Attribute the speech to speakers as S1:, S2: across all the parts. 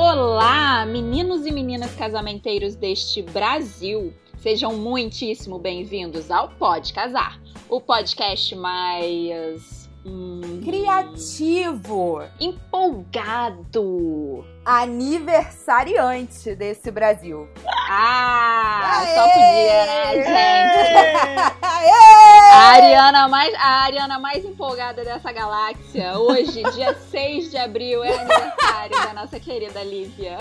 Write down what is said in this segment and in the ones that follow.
S1: Olá, meninos e meninas casamenteiros deste Brasil. Sejam muitíssimo bem-vindos ao Pode Casar, o podcast mais...
S2: criativo,
S1: empolgado,
S2: aniversariante desse Brasil.
S1: Aê! Só podia, né, gente?
S2: Aê!
S1: A Ariana mais empolgada dessa galáxia. Hoje, dia 6 de abril, é aniversário da nossa querida Lívia.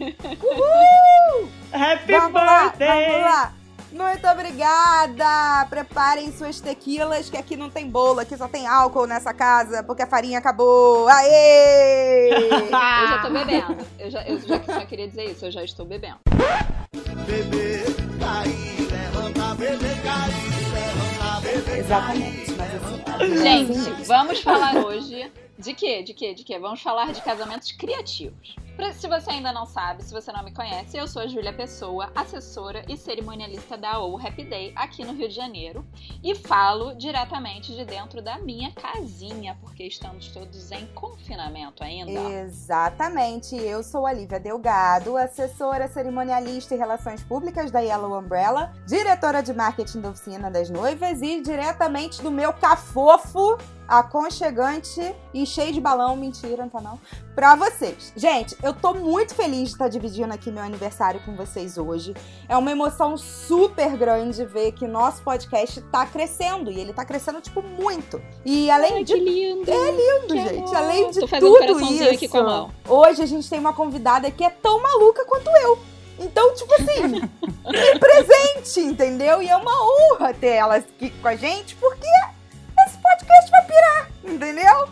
S2: Uhul!
S3: Happy
S2: Vamos
S3: birthday!
S2: Vamos lá! Muito obrigada! Preparem suas tequilas, que aqui não tem bolo, aqui só tem álcool nessa casa, porque a farinha acabou. Aê!
S1: Eu já tô bebendo. Eu só queria dizer isso, eu já estou bebendo.
S4: Bebê, cair, levanta, bebê, cair, levanta, bebê.
S2: Exatamente, mas assim...
S1: Gente, vamos falar hoje de quê? Vamos falar de casamentos criativos. Se você ainda não sabe, se você não me conhece, eu sou a Júlia Pessoa, assessora e cerimonialista da OU Happy Day aqui no Rio de Janeiro e falo diretamente de dentro da minha casinha, porque estamos todos em confinamento ainda.
S2: Exatamente, eu sou a Lívia Delgado, assessora cerimonialista e relações públicas da Yellow Umbrella, diretora de marketing da Oficina das Noivas e diretamente do meu cafofo aconchegante e cheio de balão, mentira, não tá não, pra vocês. Gente, eu tô muito feliz de estar dividindo aqui meu aniversário com vocês hoje. É uma emoção super grande ver que nosso podcast tá crescendo, e ele tá crescendo, tipo, muito. E além de...
S1: que lindo!
S2: É lindo,
S1: que
S2: gente!
S1: Amor.
S2: Além de
S1: Tô fazendo um
S2: tudo
S1: coraçãozinho
S2: isso,
S1: aqui com a mão.
S2: Hoje a gente tem uma convidada que é tão maluca quanto eu. Então, tipo assim, me presente, entendeu? E é uma honra ter ela aqui com a gente, porque esse podcast vai pirar, entendeu?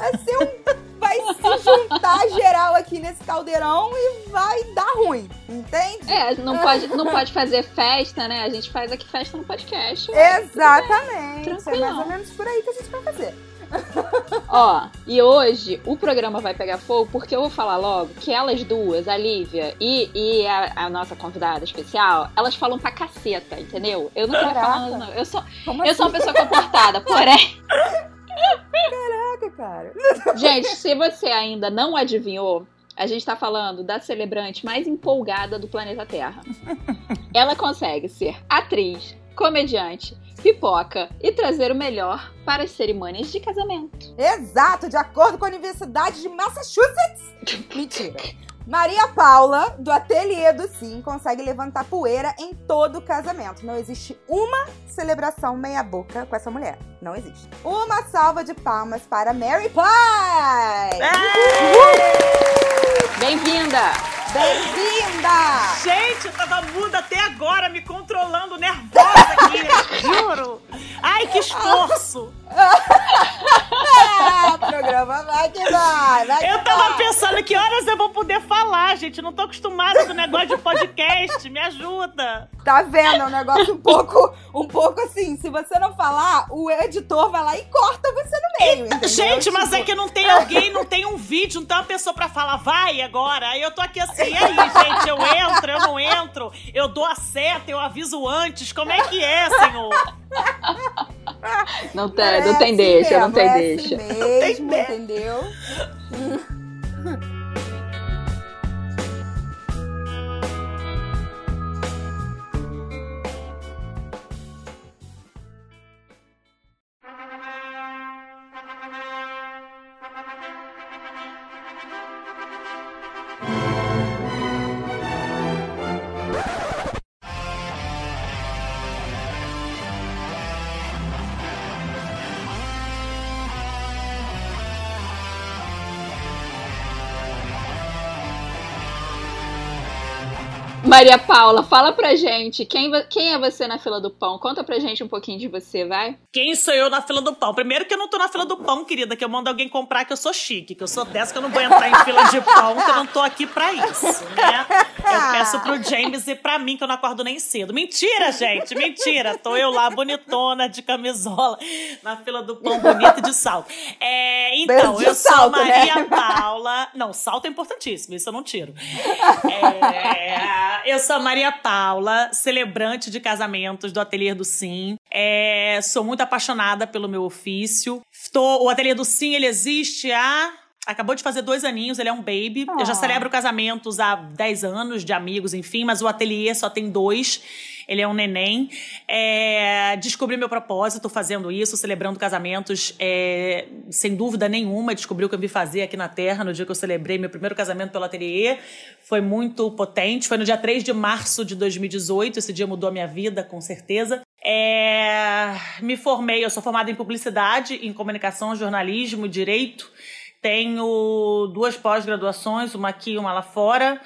S2: Vai se juntar geral aqui nesse caldeirão e vai dar ruim, entende?
S1: É, não pode fazer festa, né? A gente faz aqui festa no podcast.
S2: Exatamente. É
S1: Tranquilão.
S2: mais ou menos por aí que a gente vai fazer.
S1: Ó, e hoje o programa vai pegar fogo porque eu vou falar logo que elas duas, a Lívia e a nossa convidada especial, elas falam pra caceta, entendeu? Eu não quero falar, não. Eu sou uma pessoa comportada, porém...
S2: Caraca, cara.
S1: Gente, se você ainda não adivinhou, a gente tá falando da celebrante mais empolgada do planeta Terra. Ela consegue ser atriz, comediante, pipoca e trazer o melhor para as cerimônias de casamento.
S2: Exato, de acordo com a Universidade de Massachusetts. Mentira. Maria Paula, do Ateliê do Sim, consegue levantar poeira em todo o casamento. Não existe uma celebração meia-boca com essa mulher. Não existe. Uma salva de palmas para Mary Pie!
S1: Bem-vinda!
S2: Bem-vinda!
S3: Gente, eu tava muda até agora, me controlando, nervosa aqui, juro. Ai, que esforço.
S2: Programa vai que vai.
S3: Eu tava pensando que horas eu vou poder falar, gente. Não tô acostumada com o negócio de podcast, me ajuda.
S2: Tá vendo? É um negócio um pouco assim, se você não falar, o editor vai lá e corta você no meio, entendeu?
S3: Gente, mas
S2: Tipo...
S3: é que não tem alguém, não tem um vídeo, não tem uma pessoa pra falar, vai agora. Aí eu tô aqui assim, e aí, gente, eu entro, eu não entro, eu dou a seta, eu aviso antes, como é que é, senhor?
S1: Não tem deixa, não tem deixa.
S2: Mesmo, entendeu?
S1: Maria Paula, fala pra gente, quem é você na fila do pão? Conta pra gente um pouquinho de você, vai?
S3: Quem sou eu na fila do pão? Primeiro que eu não tô na fila do pão, querida, que eu mando alguém comprar, que eu sou chique, que eu sou dessa, que eu não vou entrar em fila de pão, que eu não tô aqui pra isso, né? Eu peço pro James e pra mim, que eu não acordo nem cedo. Mentira, gente, mentira. Tô eu lá, bonitona, de camisola, na fila do pão, bonita e de salto. Então, eu sou
S2: salto,
S3: Maria
S2: né?
S3: Paula... Não, salto é importantíssimo, isso eu não tiro. Eu sou a Maria Paula, celebrante de casamentos do Ateliê do Sim. Sou muito apaixonada pelo meu ofício. O Ateliê do Sim, ele existe há Acabou de fazer 2 aninhos, ele é um baby. Eu já celebro casamentos há 10 anos, de amigos, enfim, mas o ateliê só tem 2. Ele é um neném. Descobri meu propósito fazendo isso, celebrando casamentos, sem dúvida nenhuma. Descobri o que eu vim fazer aqui na Terra no dia que eu celebrei meu primeiro casamento pelo ateliê. Foi muito potente. Foi no dia 3 de março de 2018. Esse dia mudou a minha vida, com certeza. Me formei, eu sou formada em publicidade, em comunicação, jornalismo, direito. Tenho 2 pós-graduações, uma aqui e uma lá fora,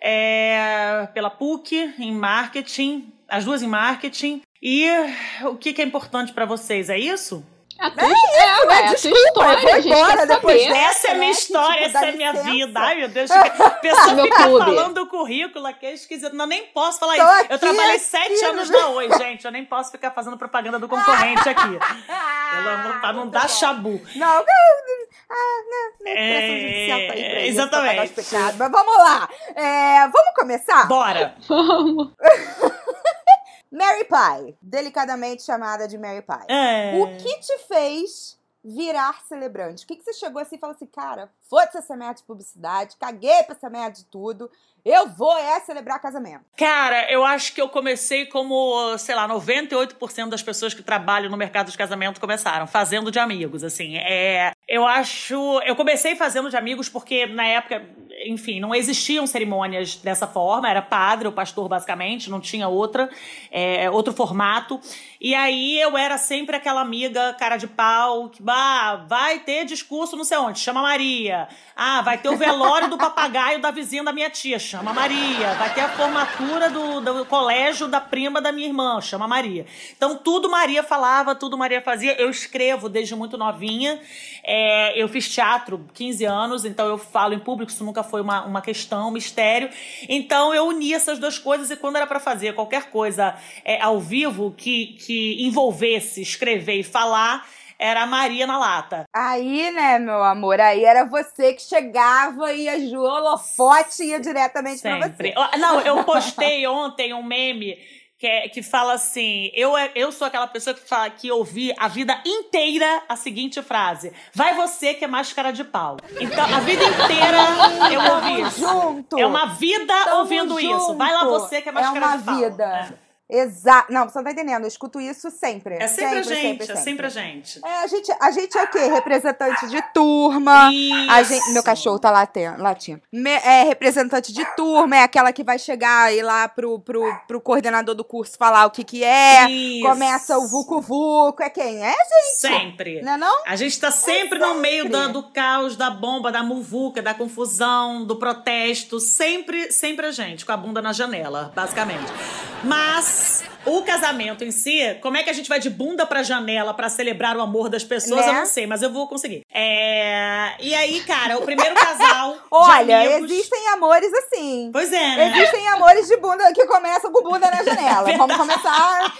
S3: pela PUC, em marketing, as 2 em marketing. E o que é importante pra vocês, é isso?
S1: A tua história, a gente quer
S2: depois
S1: saber.
S3: Essa é minha história,
S2: tipo,
S3: essa
S2: dá
S3: é minha
S2: licença.
S3: vida. Ai, meu Deus, a pessoa
S1: Meu
S3: fica
S1: clube.
S3: falando o currículo aqui, é esquisito. Não, nem posso falar
S2: Tô
S3: isso.
S2: aqui,
S3: Eu trabalhei 7 anos na Oi, gente. Eu nem posso ficar fazendo propaganda do concorrente aqui. Pelo amor, pra não dar chabu.
S2: Não, pressão judicial tá aí pra isso,
S3: exatamente.
S2: pra pagar os pecados. Mas vamos lá. Vamos começar?
S3: Bora.
S1: Vamos.
S2: Mary Pie, delicadamente chamada de Mary Pie. O que te fez virar celebrante? O que você chegou assim e falou assim, cara, foda-se essa merda de publicidade, caguei pra essa merda de tudo, eu vou celebrar casamento.
S3: Cara, eu acho que eu comecei como, sei lá, 98% das pessoas que trabalham no mercado de casamento começaram, fazendo de amigos, assim. Eu comecei fazendo de amigos porque, na época, enfim, não existiam cerimônias dessa forma, era padre ou pastor, basicamente, não tinha outro formato. E aí eu era sempre aquela amiga cara de pau, que, vai ter discurso não sei onde, chama Maria. Vai ter o velório do papagaio da vizinha da minha tia, chama Maria. Vai ter a formatura do colégio da prima da minha irmã, chama Maria. Então tudo Maria falava, tudo Maria fazia. Eu escrevo desde muito novinha. Eu fiz teatro 15 anos, então eu falo em público, isso nunca foi uma questão, um mistério. Então eu uni essas 2 coisas e quando era pra fazer qualquer coisa ao vivo que envolvesse escrever e falar, era a Maria na lata.
S2: Aí, né, meu amor, aí era você que chegava e a Ju holofote ia diretamente
S3: Sempre.
S2: pra você.
S3: Não, eu postei ontem um meme que fala assim, eu sou aquela pessoa que ouvi a vida inteira a seguinte frase: vai você que é mais cara de pau. Então, a vida inteira eu ouvi isso.
S2: Junto.
S3: É uma vida
S2: Tamo
S3: ouvindo
S2: junto.
S3: isso. Vai lá você que é mais cara de pau.
S2: É uma vida. Exato. Não, você não tá entendendo. Eu escuto isso sempre.
S3: É sempre a gente,
S2: sempre.
S3: é sempre a gente.
S2: A gente é o quê? Representante de turma.
S3: Isso.
S2: Meu cachorro tá latindo. Representante de turma, é aquela que vai chegar e ir lá pro coordenador do curso falar o que é.
S3: Isso.
S2: Começa o vucu-vucu. É quem? É, gente?
S3: Sempre.
S2: Não é não?
S3: A gente tá sempre no meio do caos, da bomba, da muvuca, da confusão, do protesto. Sempre a gente, com a bunda na janela, basicamente. Mas o casamento em si, como é que a gente vai de bunda pra janela pra celebrar o amor das pessoas,
S2: Né?
S3: eu não sei, mas eu vou conseguir. E aí, cara, o primeiro casal de
S2: Olha,
S3: amigos...
S2: existem amores assim.
S3: Pois é, né?
S2: Existem amores de bunda que começam com bunda na janela. Vamos começar.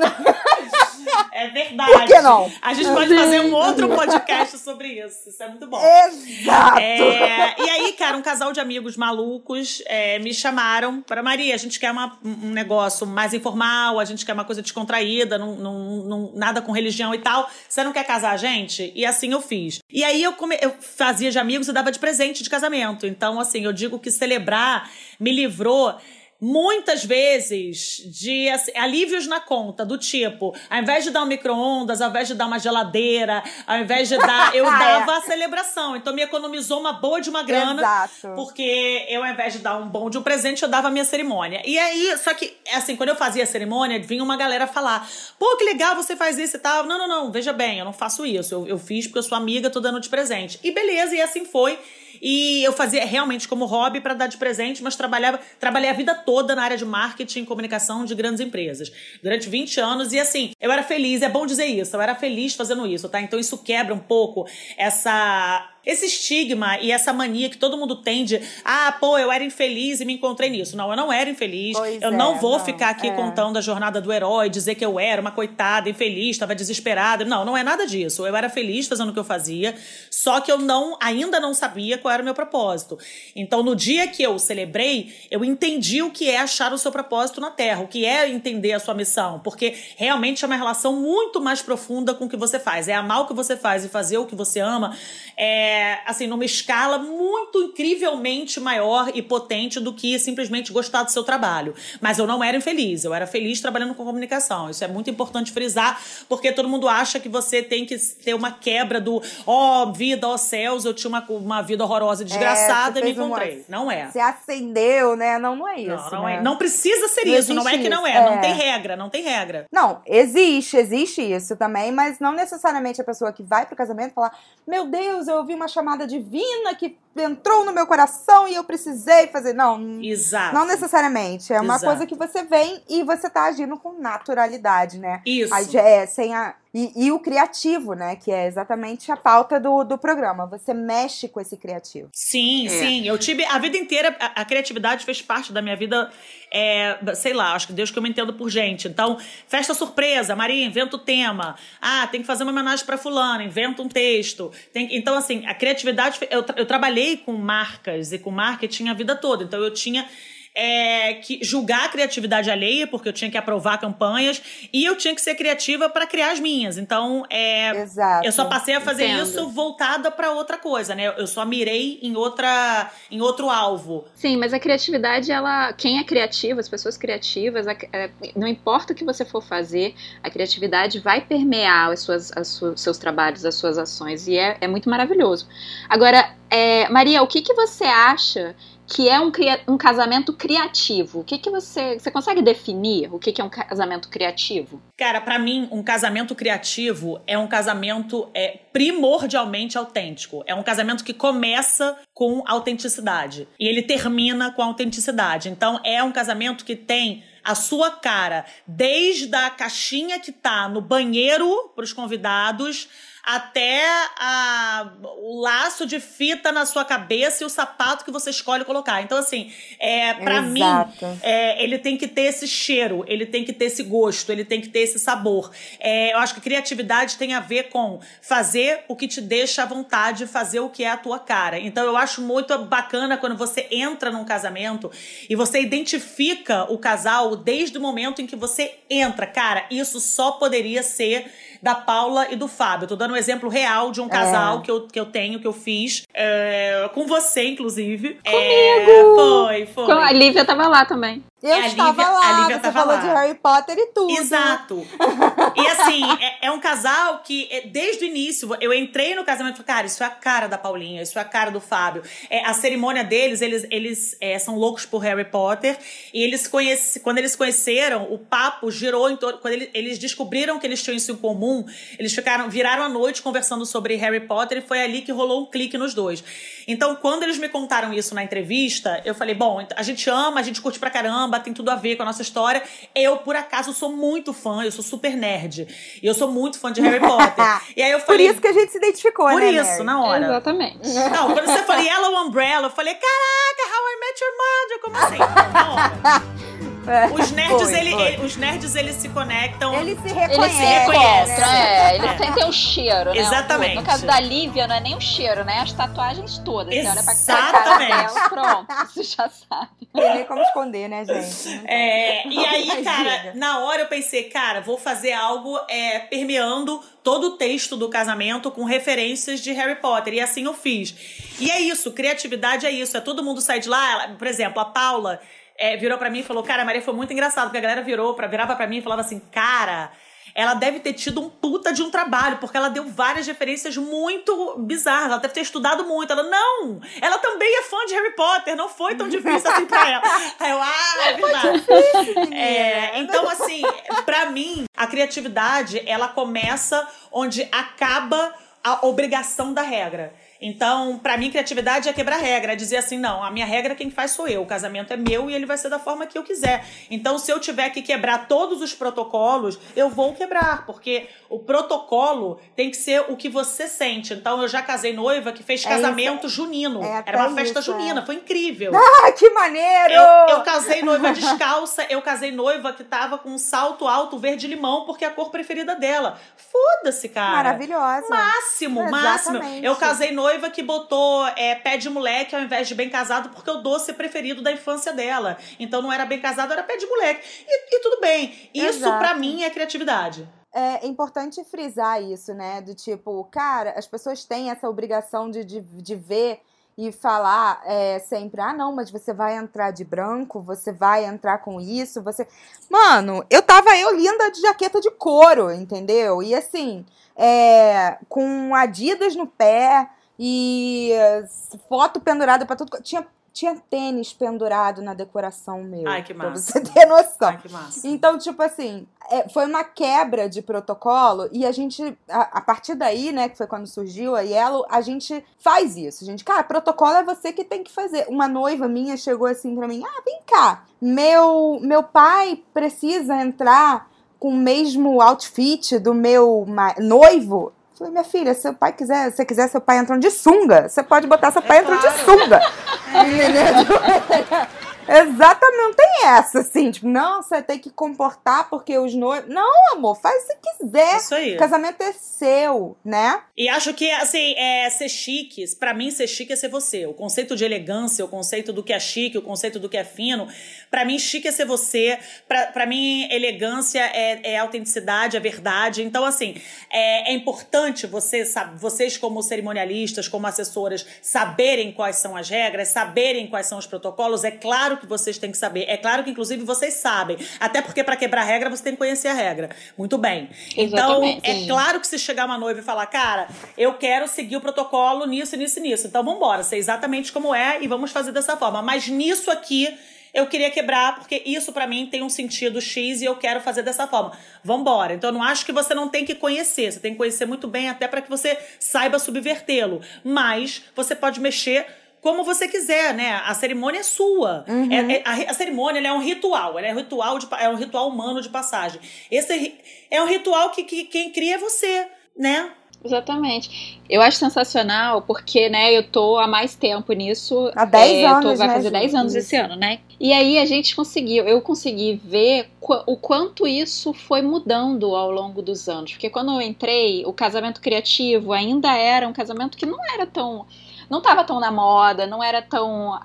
S3: É verdade.
S2: Por que não?
S3: A gente pode fazer um outro podcast sobre isso. Isso é muito bom.
S2: Exato.
S3: E aí, cara, um casal de amigos malucos me chamaram para Maria, a gente quer um negócio mais informal, a gente quer uma coisa descontraída, nada com religião e tal. Você não quer casar a gente? E assim eu fiz. E aí eu fazia de amigos e dava de presente de casamento. Então, assim, eu digo que celebrar me livrou muitas vezes de alívios na conta, do tipo, ao invés de dar um micro-ondas, ao invés de dar uma geladeira, ao invés de dar, eu dava a celebração. Então me economizou uma boa de uma grana.
S2: Exato.
S3: Porque eu, ao invés de dar um bom de um presente, eu dava a minha cerimônia. E aí, só que, assim, quando eu fazia a cerimônia, vinha uma galera falar, pô, que legal, você faz isso e tal. Não, veja bem, eu não faço isso. Eu fiz porque eu sou amiga, tô dando de presente. E beleza, e assim foi. E eu fazia realmente como hobby para dar de presente, mas trabalhei a vida toda na área de marketing e comunicação de grandes empresas. Durante 20 anos, e assim, eu era feliz, é bom dizer isso, eu era feliz fazendo isso, tá? Então isso quebra um pouco esse estigma e essa mania que todo mundo tem de eu era infeliz e me encontrei nisso. Não, eu não era infeliz. Eu não vou ficar aqui contando a jornada do herói, dizer que eu era uma coitada, infeliz, estava desesperada. Não é nada disso. Eu era feliz fazendo o que eu fazia, só que eu ainda não sabia qual era o meu propósito. Então, no dia que eu celebrei, eu entendi o que é achar o seu propósito na Terra, o que é entender a sua missão, porque realmente é uma relação muito mais profunda com o que você faz. É amar o que você faz e fazer o que você ama, assim, numa escala muito incrivelmente maior e potente do que simplesmente gostar do seu trabalho. Mas eu não era infeliz, eu era feliz trabalhando com comunicação. Isso é muito importante frisar, porque todo mundo acha que você tem que ter uma quebra do vida, céus, eu tinha uma vida horrorosa e desgraçada e me encontrei. Não é.
S2: Se acendeu, né? Não é isso.
S3: Não
S2: né?
S3: é. Não precisa ser isso, não é que não é. Não tem regra, não tem regra.
S2: Não, existe isso também, mas não necessariamente a pessoa que vai pro casamento falar: meu Deus, eu ouvi uma chamada divina que entrou no meu coração e eu precisei fazer. Não,
S3: exato.
S2: Não necessariamente. É uma
S3: exato.
S2: coisa que você vem e você tá agindo com naturalidade, né?
S3: Isso.
S2: Sem e o criativo, né? Que é exatamente a pauta do programa. Você mexe com esse criativo.
S3: Sim, sim. Eu tive a vida inteira, a criatividade fez parte da minha vida, sei lá, acho que Deus que eu me entendo por gente. Então, festa surpresa, Maria, inventa o tema. Tem que fazer uma homenagem pra fulana, inventa um texto. Então, assim, a criatividade, eu trabalhei com marcas e com marketing a vida toda. Então, eu tinha que julgar a criatividade alheia, porque eu tinha que aprovar campanhas, e eu tinha que ser criativa para criar as minhas. Então,
S2: Exato.
S3: eu só passei a fazer isso voltada para outra coisa, né? Eu só mirei em outro alvo.
S1: Sim, mas a criatividade, quem é criativo, as pessoas criativas, não importa o que você for fazer, a criatividade vai permear os seus trabalhos, as suas ações, e é muito maravilhoso. Agora, Maria, o que você acha que é um casamento criativo? O que você consegue definir o que é um casamento criativo?
S3: Cara, pra mim, um casamento criativo é um casamento primordialmente autêntico. É um casamento que começa com autenticidade e ele termina com autenticidade. Então, é um casamento que tem a sua cara, desde a caixinha que tá no banheiro pros convidados até o laço de fita na sua cabeça e o sapato que você escolhe colocar. Então, assim, pra mim, ele tem que ter esse cheiro, ele tem que ter esse gosto, ele tem que ter esse sabor. Eu acho que criatividade tem a ver com fazer o que te deixa à vontade, fazer o que é a tua cara. Então, eu acho muito bacana quando você entra num casamento e você identifica o casal desde o momento em que você entra. Cara, isso só poderia ser da Paula e do Fábio. Eu tô dando um exemplo real de um casal que eu fiz com você, inclusive.
S1: Comigo!
S3: Foi.
S1: A Lívia tava lá também.
S2: Eu estava lá, você falou de Harry Potter e tudo.
S3: Exato. E assim, é um casal que, desde o início, eu entrei no casamento e falei, cara, isso é a cara da Paulinha, isso é a cara do Fábio. A cerimônia deles, eles são loucos por Harry Potter, e quando eles conheceram, o papo girou em torno, quando eles descobriram que eles tinham isso em comum, eles viraram a noite conversando sobre Harry Potter, e foi ali que rolou um clique nos dois. Então, quando eles me contaram isso na entrevista, eu falei, bom, a gente ama, a gente curte pra caramba, tem tudo a ver com a nossa história. Eu, por acaso, sou muito fã, eu sou super nerd. E eu sou muito fã de Harry Potter. E aí eu falei...
S2: Por isso que a gente se identificou,
S3: por
S2: né?
S3: Por isso, na hora.
S1: Exatamente.
S3: Não, quando você falou Yellow Umbrella, eu falei, caraca, How I Met Your Mother, como assim? Na hora. Os nerds, eles se conectam.
S2: Eles se
S1: reconhecem. Eles
S2: né?
S1: sentem o cheiro, né?
S3: Exatamente.
S1: No caso da Lívia, não é nem o cheiro, né? As tatuagens todas. Você olha pra
S3: cara
S1: dela, pronto, você já sabe.
S2: Não tem nem como esconder, né, gente?
S3: E aí, cara, na hora eu pensei, cara, vou fazer algo permeando todo o texto do casamento com referências de Harry Potter. E assim eu fiz. E é isso, criatividade é isso. É todo mundo sai de lá. Por exemplo, a Paula virou pra mim e falou, cara, a Maria, foi muito engraçado, porque a galera virava pra mim e falava assim, cara, ela deve ter tido um puta de um trabalho, porque ela deu várias referências muito bizarras, ela deve ter estudado muito. Ela também é fã de Harry Potter, não foi tão difícil assim pra ela. Aí eu, é verdade. Então, assim, pra mim, a criatividade, ela começa onde acaba a obrigação da regra. Então, pra mim, criatividade é quebrar regra, é dizer assim, não, a minha regra quem faz sou eu, o casamento é meu e ele vai ser da forma que eu quiser. Então, se eu tiver que quebrar todos os protocolos, eu vou quebrar, porque o protocolo tem que ser o que você sente. Então, eu já casei noiva que fez casamento junino. Era uma festa junina, foi incrível.
S2: Ah, que maneiro!
S3: Eu casei noiva descalça, eu casei noiva que tava com um salto alto verde-limão, porque é a cor preferida dela. Foda-se, cara.
S2: Maravilhosa.
S3: Máximo. Eu casei noiva que botou pé de moleque ao invés de bem casado, porque é o doce preferido da infância dela. Então não era bem casado, era pé de moleque. E tudo bem. Isso pra mim é criatividade.
S2: é importante frisar isso, né? Do tipo, cara, as pessoas têm essa obrigação de ver e falar sempre, não, mas você vai entrar de branco, você vai entrar com isso, você... Mano, eu linda de jaqueta de couro, entendeu? E assim, com Adidas no pé e foto pendurada pra tudo... Tinha tênis pendurado na decoração meu.
S3: Ai, que massa.
S2: Pra você ter noção.
S3: Ai, que massa.
S2: Então, tipo assim, foi uma quebra de protocolo e a gente, a partir daí, né, que foi quando surgiu a Yellow, a gente faz isso. Cara, protocolo é você que tem que fazer. Uma noiva minha chegou assim pra mim, vem cá, meu pai precisa entrar com o mesmo outfit do meu noivo? Falei, minha filha, se você quiser seu pai entrando de sunga, você pode botar seu pai entrando de sunga. Exatamente, não tem essa, assim, tipo, não, você tem que comportar porque os noivos... Não, amor, faz se quiser.
S3: Isso aí.
S2: O casamento é seu, né?
S3: E acho que, assim, ser chique, pra mim, ser chique é ser você. O conceito de elegância, o conceito do que é chique, o conceito do que é fino, pra mim, chique é ser você. Pra mim, elegância é autenticidade, é verdade. Então, assim, é importante vocês como cerimonialistas, como assessoras, saberem quais são as regras, saberem quais são os protocolos. É claro que vocês têm que saber. É claro que, inclusive, vocês sabem. Até porque, pra quebrar a regra, você tem que conhecer a regra. Muito bem.
S1: Exatamente.
S3: Então, é claro que se chegar uma noiva e falar, cara, eu quero seguir o protocolo nisso, nisso e nisso. Então, vambora. Sei exatamente como é e vamos fazer dessa forma. Mas nisso aqui, eu queria quebrar, porque isso pra mim tem um sentido X e eu quero fazer dessa forma. Vambora. Então, eu não acho que você não tem que conhecer. Você tem que conhecer muito bem até pra que você saiba subvertê-lo. Mas você pode mexer como você quiser, né? A cerimônia é sua.
S2: Uhum.
S3: A cerimônia ela é um ritual. Ela é um ritual humano de passagem. Esse é um ritual que quem cria é você, né?
S1: Exatamente. Eu acho sensacional porque, né, eu tô há mais tempo nisso.
S2: Há 10 anos,
S1: vai
S2: né,
S1: fazer 10 anos esse ano, né? E aí eu consegui ver o quanto isso foi mudando ao longo dos anos. Porque quando eu entrei, o casamento criativo ainda era um casamento que não estava tão na moda, não era tão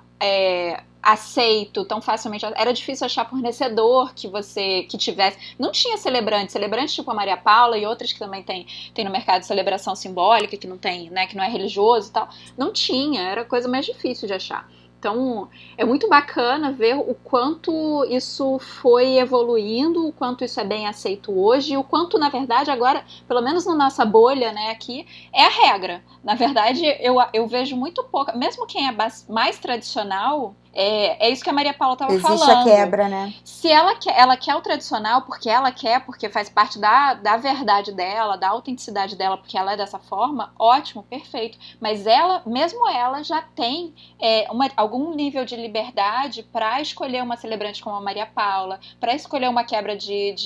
S1: aceito tão facilmente. Era difícil achar fornecedor que tivesse. Não tinha celebrantes tipo a Maria Paula e outras que também tem no mercado de celebração simbólica, que não tem, né, que não é religioso e tal. Não tinha, era a coisa mais difícil de achar. Então, é muito bacana ver o quanto isso foi evoluindo, o quanto isso é bem aceito hoje, e o quanto, na verdade, agora, pelo menos na nossa bolha, né, aqui, é a regra. Na verdade, eu vejo muito pouco, mesmo quem é mais tradicional, é isso que a Maria Paula estava falando.
S2: Existe a quebra, né?
S1: Se ela quer o tradicional porque faz parte da verdade dela, da autenticidade dela, porque ela é dessa forma, ótimo, perfeito. Mas mesmo ela já tem algum nível de liberdade para escolher uma celebrante como a Maria Paula, para escolher uma quebra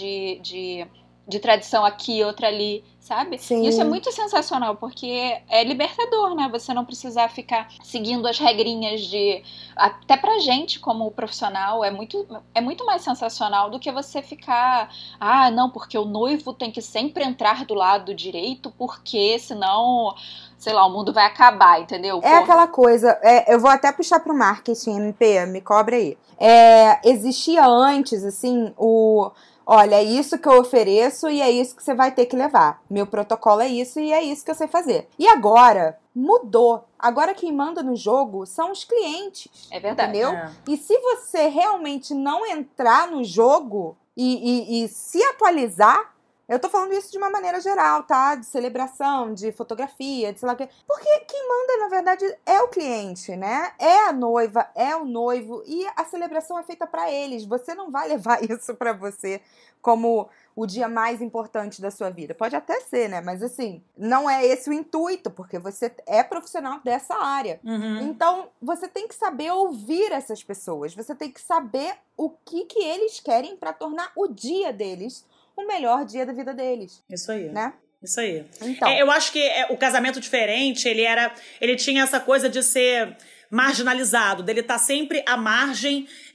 S1: de tradição aqui, outra ali, sabe?
S2: Sim.
S1: Isso é muito sensacional, porque é libertador, né? Você não precisar ficar seguindo as regrinhas até pra gente, como profissional, é muito mais sensacional do que você ficar... não, porque o noivo tem que sempre entrar do lado direito, porque senão... sei lá, o mundo vai acabar, entendeu?
S2: Aquela coisa, eu vou até puxar pro marketing, MP, me cobra aí. Existia antes, assim, olha, é isso que eu ofereço e é isso que você vai ter que levar. Meu protocolo é isso e é isso que eu sei fazer. E agora, mudou. Agora quem manda no jogo são os clientes.
S1: É verdade.
S2: Entendeu? E se você realmente não entrar no jogo e se atualizar, eu tô falando isso de uma maneira geral, tá? De celebração, de fotografia, de sei lá o quê. Porque quem manda, na verdade, é o cliente, né? É a noiva, é o noivo. E a celebração é feita pra eles. Você não vai levar isso pra você como o dia mais importante da sua vida. Pode até ser, né? Mas assim, não é esse o intuito, porque você é profissional dessa área.
S3: Uhum.
S2: Então, você tem que saber ouvir essas pessoas. Você tem que saber o que eles querem pra tornar o dia deles o melhor dia da vida deles.
S3: Isso aí.
S2: Né?
S3: Isso aí.
S2: Então.
S3: Eu acho que o casamento diferente, ele tinha essa coisa de ser marginalizado, dele estar sempre à margem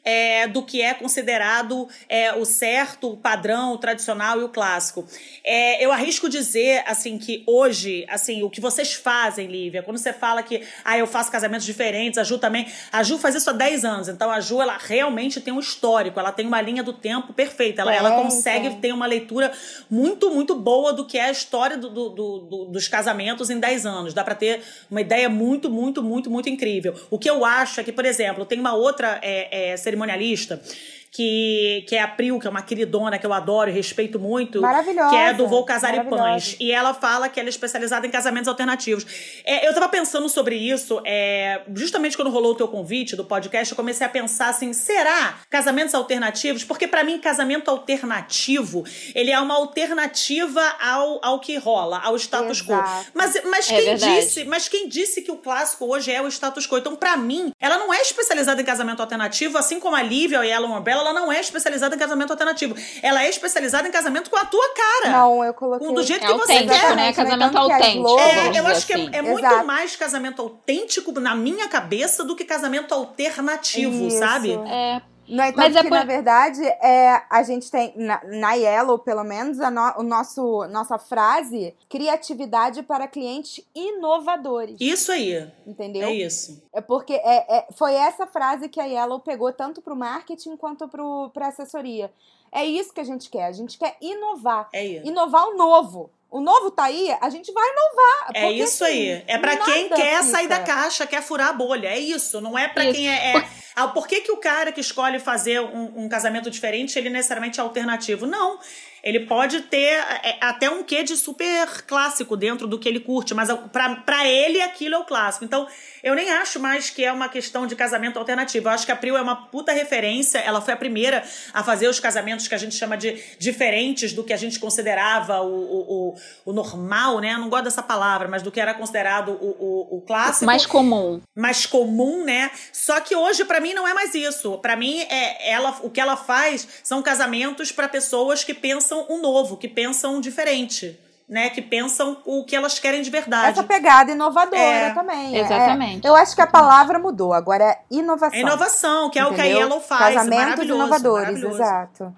S3: do que é considerado o certo, o padrão, o tradicional e o clássico. Eu arrisco dizer, assim, que hoje, assim, o que vocês fazem, Lívia, quando você fala que eu faço casamentos diferentes, a Ju também, a Ju faz isso há 10 anos, então a Ju, ela realmente tem um histórico, ela tem uma linha do tempo perfeita, ela consegue ter uma leitura muito, muito boa do que é a história dos casamentos em 10 anos, dá pra ter uma ideia muito, muito, muito, muito incrível. O que eu acho é que, por exemplo, tem uma outra cerimonialista que é a Pril, que é uma queridona que eu adoro e respeito muito.
S2: Maravilhosa.
S3: Que é do Vou Casar e Pães. E ela fala que ela é especializada em casamentos alternativos. Eu tava pensando sobre isso, justamente quando rolou o teu convite do podcast, eu comecei a pensar assim, será casamentos alternativos? Porque pra mim, casamento alternativo, ele é uma alternativa ao que rola, ao status quo. Mas quem disse que o clássico hoje é o status quo? Então, pra mim, ela não é especializada em casamento alternativo, assim como a Lívia e a Yellow Umbrella, ela não é especializada em casamento alternativo. Ela é especializada em casamento com a tua cara.
S2: Não, eu coloquei...
S3: Do jeito que você
S1: autêntico,
S3: quer.
S1: né? Casamento autêntico.
S3: Eu acho que é muito
S2: Exato.
S3: mais casamento autêntico na minha cabeça do que casamento alternativo, sabe?
S2: No entanto, na verdade, a gente tem, na Yellow, pelo menos, nossa frase, criatividade para clientes inovadores.
S3: Isso aí.
S2: Entendeu?
S3: É isso.
S2: Porque foi essa frase que a Yellow pegou tanto pro marketing quanto pra assessoria. É isso que a gente quer. A gente quer inovar.
S3: É isso.
S2: Inovar o novo. O novo tá aí, a gente vai inovar.
S3: É isso aí. É pra quem quer sair da caixa, quer furar a bolha. É isso. Não é pra quem por que o cara que escolhe fazer um casamento diferente, ele necessariamente é alternativo? Não. Ele pode ter até um quê de super clássico dentro do que ele curte, mas pra ele aquilo é o clássico. Então, eu nem acho mais que é uma questão de casamento alternativo. Eu acho que a Pril é uma puta referência. Ela foi a primeira a fazer os casamentos que a gente chama de diferentes do que a gente considerava o normal, né? Eu não gosto dessa palavra, mas do que era considerado o clássico.
S1: Mais comum.
S3: Mais comum, né? Só que hoje, pra mim, não é mais isso. Pra mim, o que ela faz são casamentos pra pessoas que pensam o novo, que pensam diferente, né? Que pensam o que elas querem de verdade.
S2: Essa pegada inovadora também.
S1: Exatamente.
S2: Eu acho que a palavra mudou, agora é inovação.
S3: É inovação, que é o que a Yellow faz.
S2: Casamentos inovadores, exato.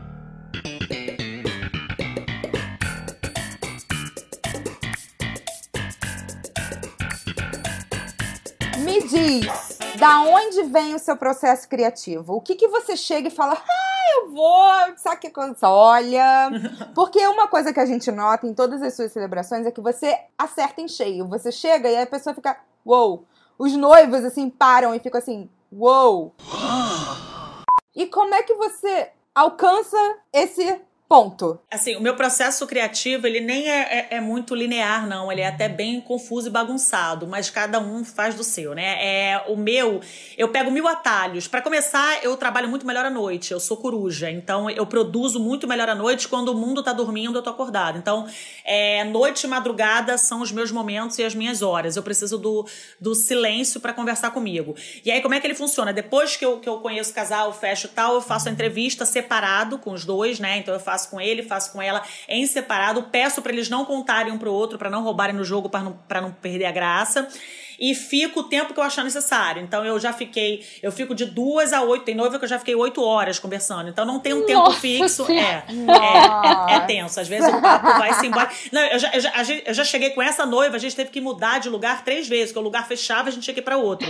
S2: Me diz, da onde vem o seu processo criativo? O que você chega e fala, eu vou, sabe que coisa? Olha, porque uma coisa que a gente nota em todas as suas celebrações é que você acerta em cheio. Você chega e a pessoa fica, uou. Os noivos, assim, param e ficam assim, uou. E como é que você alcança esse ponto?
S3: Assim, o meu processo criativo, ele nem é muito linear, não. Ele é até bem confuso e bagunçado, mas cada um faz do seu, né? O meu, eu pego 1000 atalhos. Pra começar, eu trabalho muito melhor à noite. Eu sou coruja, então eu produzo muito melhor à noite. Quando o mundo tá dormindo, eu tô acordada. Então, noite e madrugada são os meus momentos e as minhas horas. Eu preciso do silêncio pra conversar comigo. E aí, como é que ele funciona? Depois que eu conheço o casal, fecho e tal, eu faço a entrevista separado com os dois, né? Então, eu faço com ele, faço com ela em separado, peço pra eles não contarem um pro outro, pra não roubarem no jogo, pra não perder a graça. E fico o tempo que eu achar necessário. Então, eu fico de 2 a 8. Tem noiva que eu já fiquei 8 horas conversando. Então, não tem um tempo fixo. É tenso. Às vezes o papo vai-se embora. Não, eu já cheguei com essa noiva, a gente teve que mudar de lugar 3 vezes, porque o lugar fechava, a gente tinha que ir pra outro.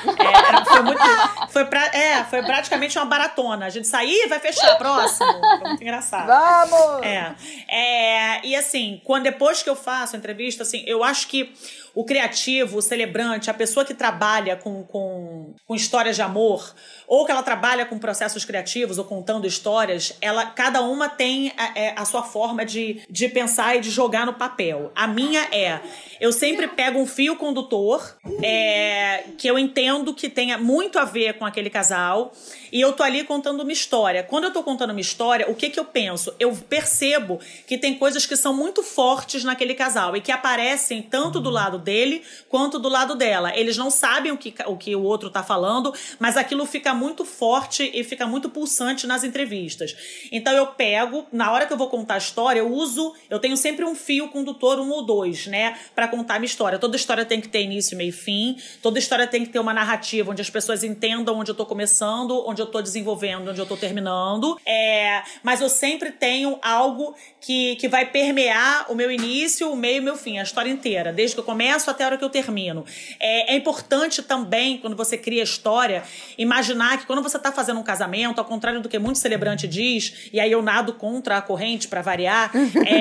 S3: Foi praticamente uma baratona. A gente saía, vai fechar, próximo. Foi muito engraçado.
S2: Vamos!
S3: E assim, depois que eu faço a entrevista, assim, eu acho que o criativo, o celebrante, a pessoa que trabalha com histórias de amor, ou que ela trabalha com processos criativos ou contando histórias, cada uma tem a sua forma de pensar e de jogar no papel. A minha eu sempre pego um fio condutor que eu entendo que tenha muito a ver com aquele casal e eu tô ali contando uma história. Quando eu tô contando uma história, o que eu penso? Eu percebo que tem coisas que são muito fortes naquele casal e que aparecem tanto do lado dele quanto do lado dela. Eles não sabem o que o outro tá falando, mas aquilo fica muito forte e fica muito pulsante nas entrevistas. Então eu pego, na hora que eu vou contar a história, eu tenho sempre um fio condutor, 1 ou 2, né, pra contar a minha história. Toda história tem que ter início, meio e fim. Toda história tem que ter uma narrativa onde as pessoas entendam onde eu tô começando, onde eu tô desenvolvendo, onde eu tô terminando. Mas eu sempre tenho algo que vai permear o meu início, o meio e o meu fim, a história inteira, desde que eu começo até a hora que eu termino. É importante também, quando você cria história, imaginar que quando você tá fazendo um casamento, ao contrário do que muito celebrante diz, e aí eu nado contra a corrente pra variar,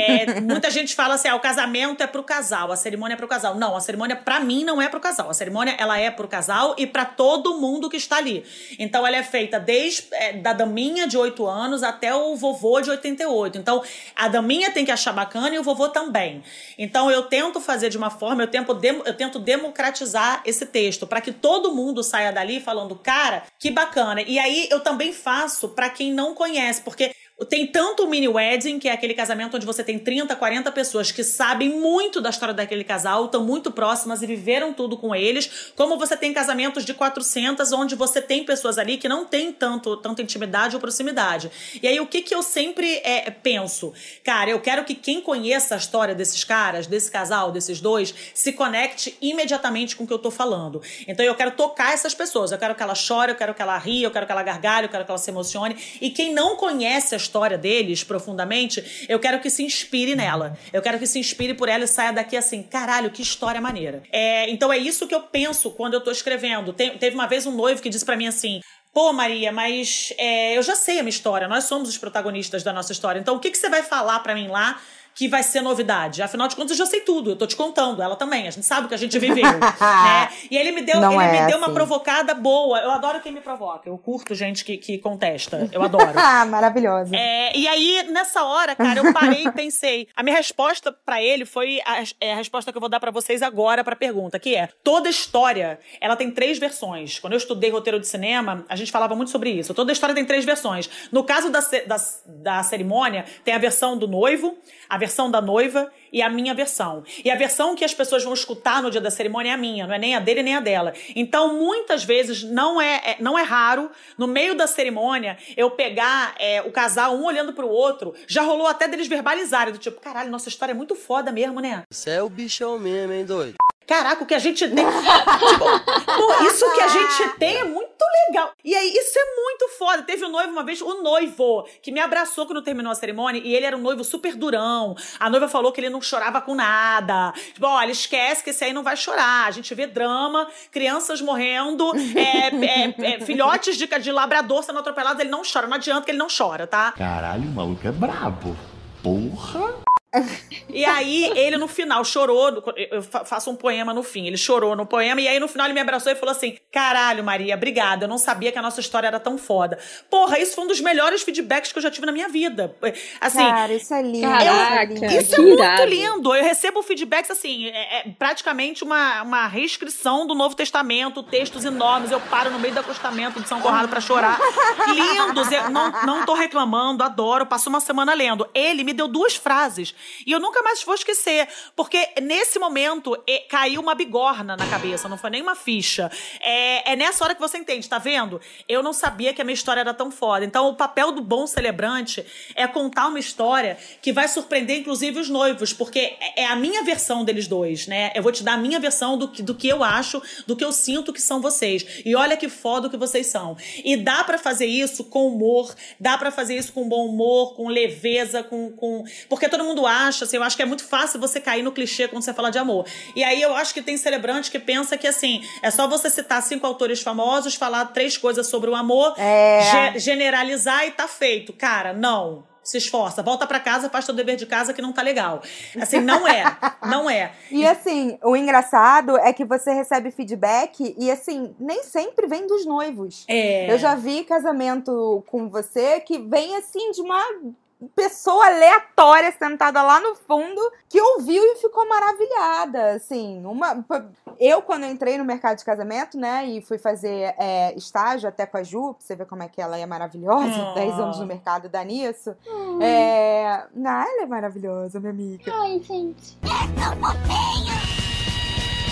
S3: muita gente fala assim, o casamento é pro casal, a cerimônia é pro casal. Não, a cerimônia pra mim não é pro casal. A cerimônia, ela é pro casal e pra todo mundo que está ali. Então ela é feita desde da daminha de 8 anos até o vovô de 88. Então a daminha tem que achar bacana e o vovô também. Então eu tento fazer de uma forma, eu tento democratizar esse texto para que todo mundo saia dali falando, cara, que bacana. E aí eu também faço para quem não conhece, porque tem tanto o mini wedding, que é aquele casamento onde você tem 30, 40 pessoas que sabem muito da história daquele casal, estão muito próximas e viveram tudo com eles, como você tem casamentos de 400, onde você tem pessoas ali que não têm tanta intimidade ou proximidade. E aí o que eu sempre penso? Cara, eu quero que quem conheça a história desses caras, desse casal, desses dois, se conecte imediatamente com o que eu tô falando. Então eu quero tocar essas pessoas, eu quero que ela chore, eu quero que ela ria, eu quero que ela gargalhe, eu quero que ela se emocione. E quem não conhece a história deles profundamente, eu quero que se inspire nela. Eu quero que se inspire por ela e saia daqui assim, caralho, que história maneira. Então é isso que eu penso quando eu tô escrevendo. Teve uma vez um noivo que disse pra mim assim, pô, Maria, mas eu já sei a minha história, nós somos os protagonistas da nossa história, então o que você vai falar pra mim lá que vai ser novidade? Afinal de contas, eu já sei tudo. Eu tô te contando, ela também. A gente sabe o que a gente viveu, né? E ele me deu uma provocada boa. Eu adoro quem me provoca. Eu curto gente que contesta. Eu adoro.
S2: Maravilhosa.
S3: E aí, nessa hora, cara, eu parei e pensei. A minha resposta pra ele foi a resposta que eu vou dar pra vocês agora pra pergunta, que é, toda história, ela tem 3 versões. Quando eu estudei roteiro de cinema, a gente falava muito sobre isso. Toda história tem 3 versões. No caso da cerimônia, tem a versão do noivo, a versão da noiva e a minha versão. E a versão que as pessoas vão escutar no dia da cerimônia é a minha, não é nem a dele nem a dela. Então, muitas vezes, não é raro, no meio da cerimônia, eu pegar o casal, um olhando pro outro, já rolou até deles verbalizarem, do tipo, caralho, nossa história é muito foda mesmo, né?
S5: Você é o bichão mesmo, hein, doido?
S3: Caraca, o que a gente tem... isso que a gente tem é muito legal. E aí, isso é muito foda. Teve um noivo uma vez, o noivo, que me abraçou quando terminou a cerimônia, e ele era um noivo super durão. A noiva falou que ele não chorava com nada. Tipo, olha, esquece que esse aí não vai chorar. A gente vê drama, crianças morrendo, filhotes de labrador sendo atropelados, ele não chora. Não adianta que ele não chora, tá?
S4: Caralho, o maluco é brabo. Porra!
S3: E aí, ele no final chorou, eu faço um poema no fim, ele chorou no poema, e aí no final ele me abraçou e falou assim, caralho, Maria, obrigada, eu não sabia que a nossa história era tão foda. Porra, isso foi um dos melhores feedbacks que eu já tive na minha vida. Assim,
S2: cara, isso é lindo.
S1: Caraca,
S3: isso é muito lindo. Eu recebo feedbacks assim, praticamente uma reescrição do Novo Testamento, textos enormes, eu paro no meio do acostamento de São Conrado pra chorar. Lindos, eu não tô reclamando, adoro, passo uma semana lendo. Ele me deu 2 frases e eu nunca mais vou esquecer, porque nesse momento caiu uma bigorna na cabeça, não foi nem uma ficha. É nessa hora que você entende, tá vendo? Eu não sabia que a minha história era tão foda. Então o papel do bom celebrante é contar uma história que vai surpreender inclusive os noivos, porque é a minha versão deles dois, né? Eu vou te dar a minha versão do que eu acho, do que eu sinto que são vocês. E olha que foda o que vocês são. E dá pra fazer isso com humor, dá pra fazer isso com bom humor, com leveza, porque todo mundo acha, assim, eu acho que é muito fácil você cair no clichê quando você fala de amor. E aí eu acho que tem celebrante que pensa que, assim, é só você citar 5 autores famosos, falar 3 coisas sobre o amor, generalizar e tá feito. Cara, não. Se esforça, volta pra casa, faz teu dever de casa que não tá legal. Assim, não é.
S2: E assim, o engraçado é que você recebe feedback e assim, nem sempre vem dos noivos. Eu já vi casamento com você que vem assim de uma pessoa aleatória sentada lá no fundo que ouviu e ficou maravilhada, assim, eu quando entrei no mercado de casamento, né, e fui fazer estágio até com a Ju, pra você ver como é que ela é maravilhosa, 10 anos no mercado dá nisso, ela é maravilhosa, minha amiga.
S1: Ai, gente.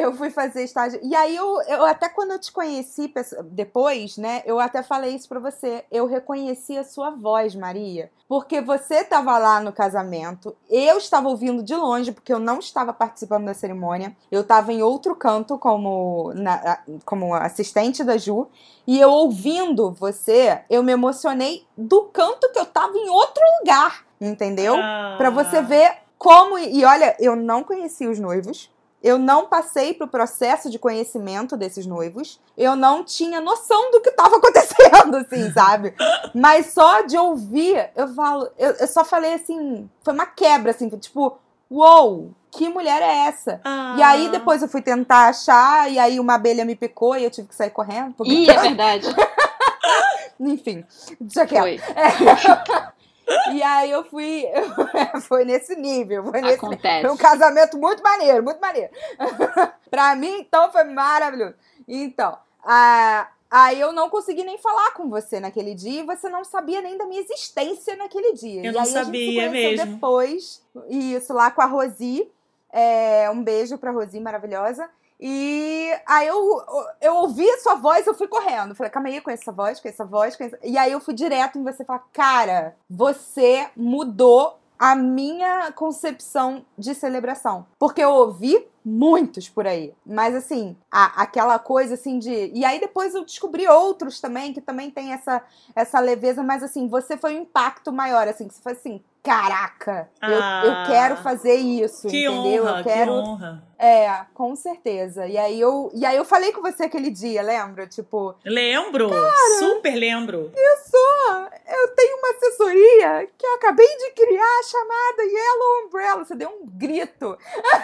S2: Eu fui fazer estágio. E aí, eu até quando eu te conheci depois, né? Eu até falei isso pra você. Eu reconheci a sua voz, Maria. Porque você tava lá no casamento. Eu estava ouvindo de longe, porque eu não estava participando da cerimônia. Eu tava em outro canto como assistente da Ju. E eu ouvindo você, eu me emocionei do canto que eu tava em outro lugar. Entendeu? Pra você ver como... E olha, eu não conheci os noivos. Eu não passei pro processo de conhecimento desses noivos. Eu não tinha noção do que estava acontecendo, assim, sabe? Mas só de ouvir, eu só falei assim, foi uma quebra, assim, tipo, uou, que mulher é essa? E aí depois eu fui tentar achar, e aí uma abelha me picou e eu tive que sair correndo.
S1: Ih, é verdade.
S2: Enfim, deixa quieto.
S1: Foi.
S2: E aí eu fui... Foi nesse nível.
S1: Acontece.
S2: Foi um casamento muito maneiro, muito maneiro. Pra mim, então, foi maravilhoso. Então, aí eu não consegui nem falar com você naquele dia e você não sabia nem da minha existência naquele dia.
S3: Eu
S2: e
S3: não
S2: aí
S3: sabia
S2: a gente se conheceu
S3: mesmo.
S2: depois, isso, lá com a Rosi. Um beijo pra Rosi, maravilhosa. E aí eu ouvi a sua voz, eu fui correndo. Falei, calma aí, conheço essa voz, conheço essa voz, conheço... E aí eu fui direto em você e falei, cara, você mudou a minha concepção de celebração. Porque eu ouvi muitos por aí. Mas assim, aquela coisa assim de... E aí depois eu descobri outros também, que também tem essa leveza. Mas assim, você foi um impacto maior, assim, que você foi assim... Caraca, eu quero fazer isso,
S3: que
S2: entendeu?
S3: Honra,
S2: eu quero.
S3: Que honra.
S2: Com certeza. E aí eu falei com você aquele dia, lembra? Tipo.
S3: Lembro, cara, super lembro.
S2: Eu tenho uma assessoria que eu acabei de criar chamada Yellow Umbrella. Você deu um grito.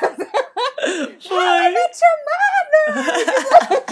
S3: Foi.
S2: Minha chamada!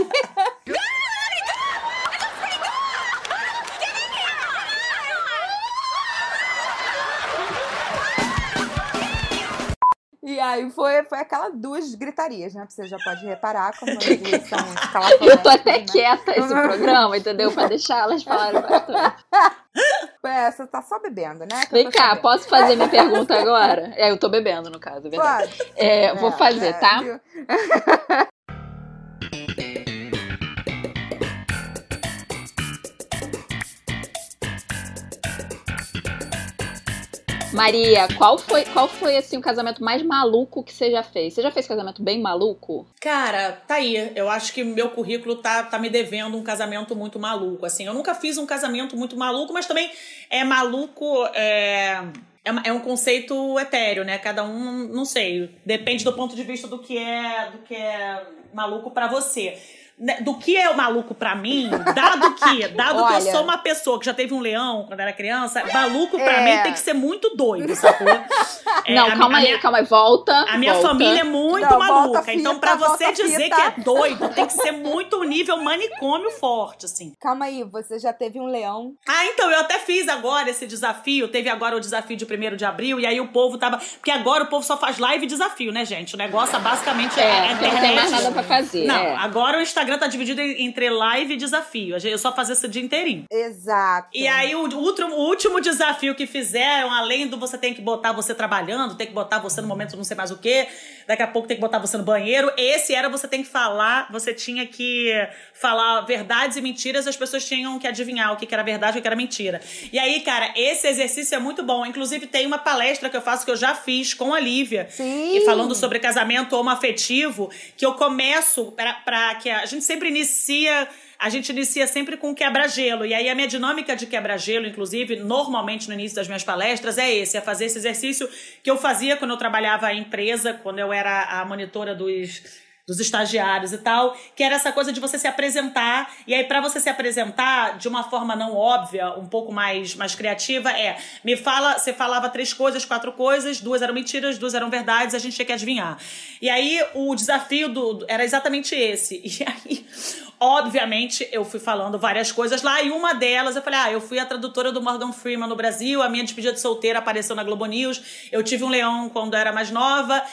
S2: E aí foi aquelas duas gritarias, né? Você já pode reparar como as duas são escalafonéticas.
S1: Eu tô até
S2: né?
S1: quieta esse programa, entendeu? Pra deixar elas falarem bastante.
S2: Você tá só bebendo, né?
S1: Vem cá, posso fazer minha pergunta agora? Eu tô bebendo, no caso, é verdade.
S2: Pode.
S1: Vou fazer, tá? Maria, qual foi assim, o casamento mais maluco que você já fez? Você já fez casamento bem maluco?
S3: Cara, tá aí. Eu acho que meu currículo tá me devendo um casamento muito maluco. Assim, eu nunca fiz um casamento muito maluco, mas também é maluco... É um conceito etéreo, né? Cada um, não sei, depende do ponto de vista do que é maluco pra você. Do que é o maluco pra mim, dado que eu sou uma pessoa que já teve um leão quando era criança, maluco pra mim tem que ser muito doido, sacou?
S1: Não, calma aí, volta.
S3: A minha família é muito maluca, fita, então pra você dizer que é doido, tem que ser muito nível manicômio forte, assim.
S2: Calma aí, você já teve um leão?
S3: Então, eu até fiz agora esse desafio, teve agora o desafio de 1º de abril, e aí o povo tava... Porque agora o povo só faz live e desafio, né, gente? O negócio basicamente é internet.
S1: Não tem mais nada pra fazer.
S3: Não, agora o Instagram tá dividido entre live e desafio. Eu só fazia esse dia inteirinho.
S2: Exato.
S3: E aí, o último desafio que fizeram, além do você tem que botar você trabalhando, tem que botar você no momento não sei mais o quê, daqui a pouco tem que botar você no banheiro, esse era você tem que falar, você tinha que falar verdades e mentiras, as pessoas tinham que adivinhar o que era verdade e o que era mentira. E aí, cara, esse exercício é muito bom. Inclusive, tem uma palestra que eu faço, que eu já fiz com a Lívia, e falando sobre casamento homoafetivo, que eu começo pra que a gente sempre inicia sempre com quebra-gelo. E aí a minha dinâmica de quebra-gelo, inclusive, normalmente no início das minhas palestras, é fazer esse exercício que eu fazia quando eu trabalhava em empresa, quando eu era a monitora dos estagiários e tal, que era essa coisa de você se apresentar, e aí pra você se apresentar de uma forma não óbvia, um pouco mais criativa, você falava 3 coisas, 4 coisas, 2 eram mentiras, 2 eram verdades, a gente tinha que adivinhar. E aí o desafio era exatamente esse. E aí Obviamente, eu fui falando várias coisas lá, e uma delas eu falei, eu fui a tradutora do Morgan Freeman no Brasil, a minha despedida de solteira apareceu na Globo News, eu tive um leão quando eu era mais nova,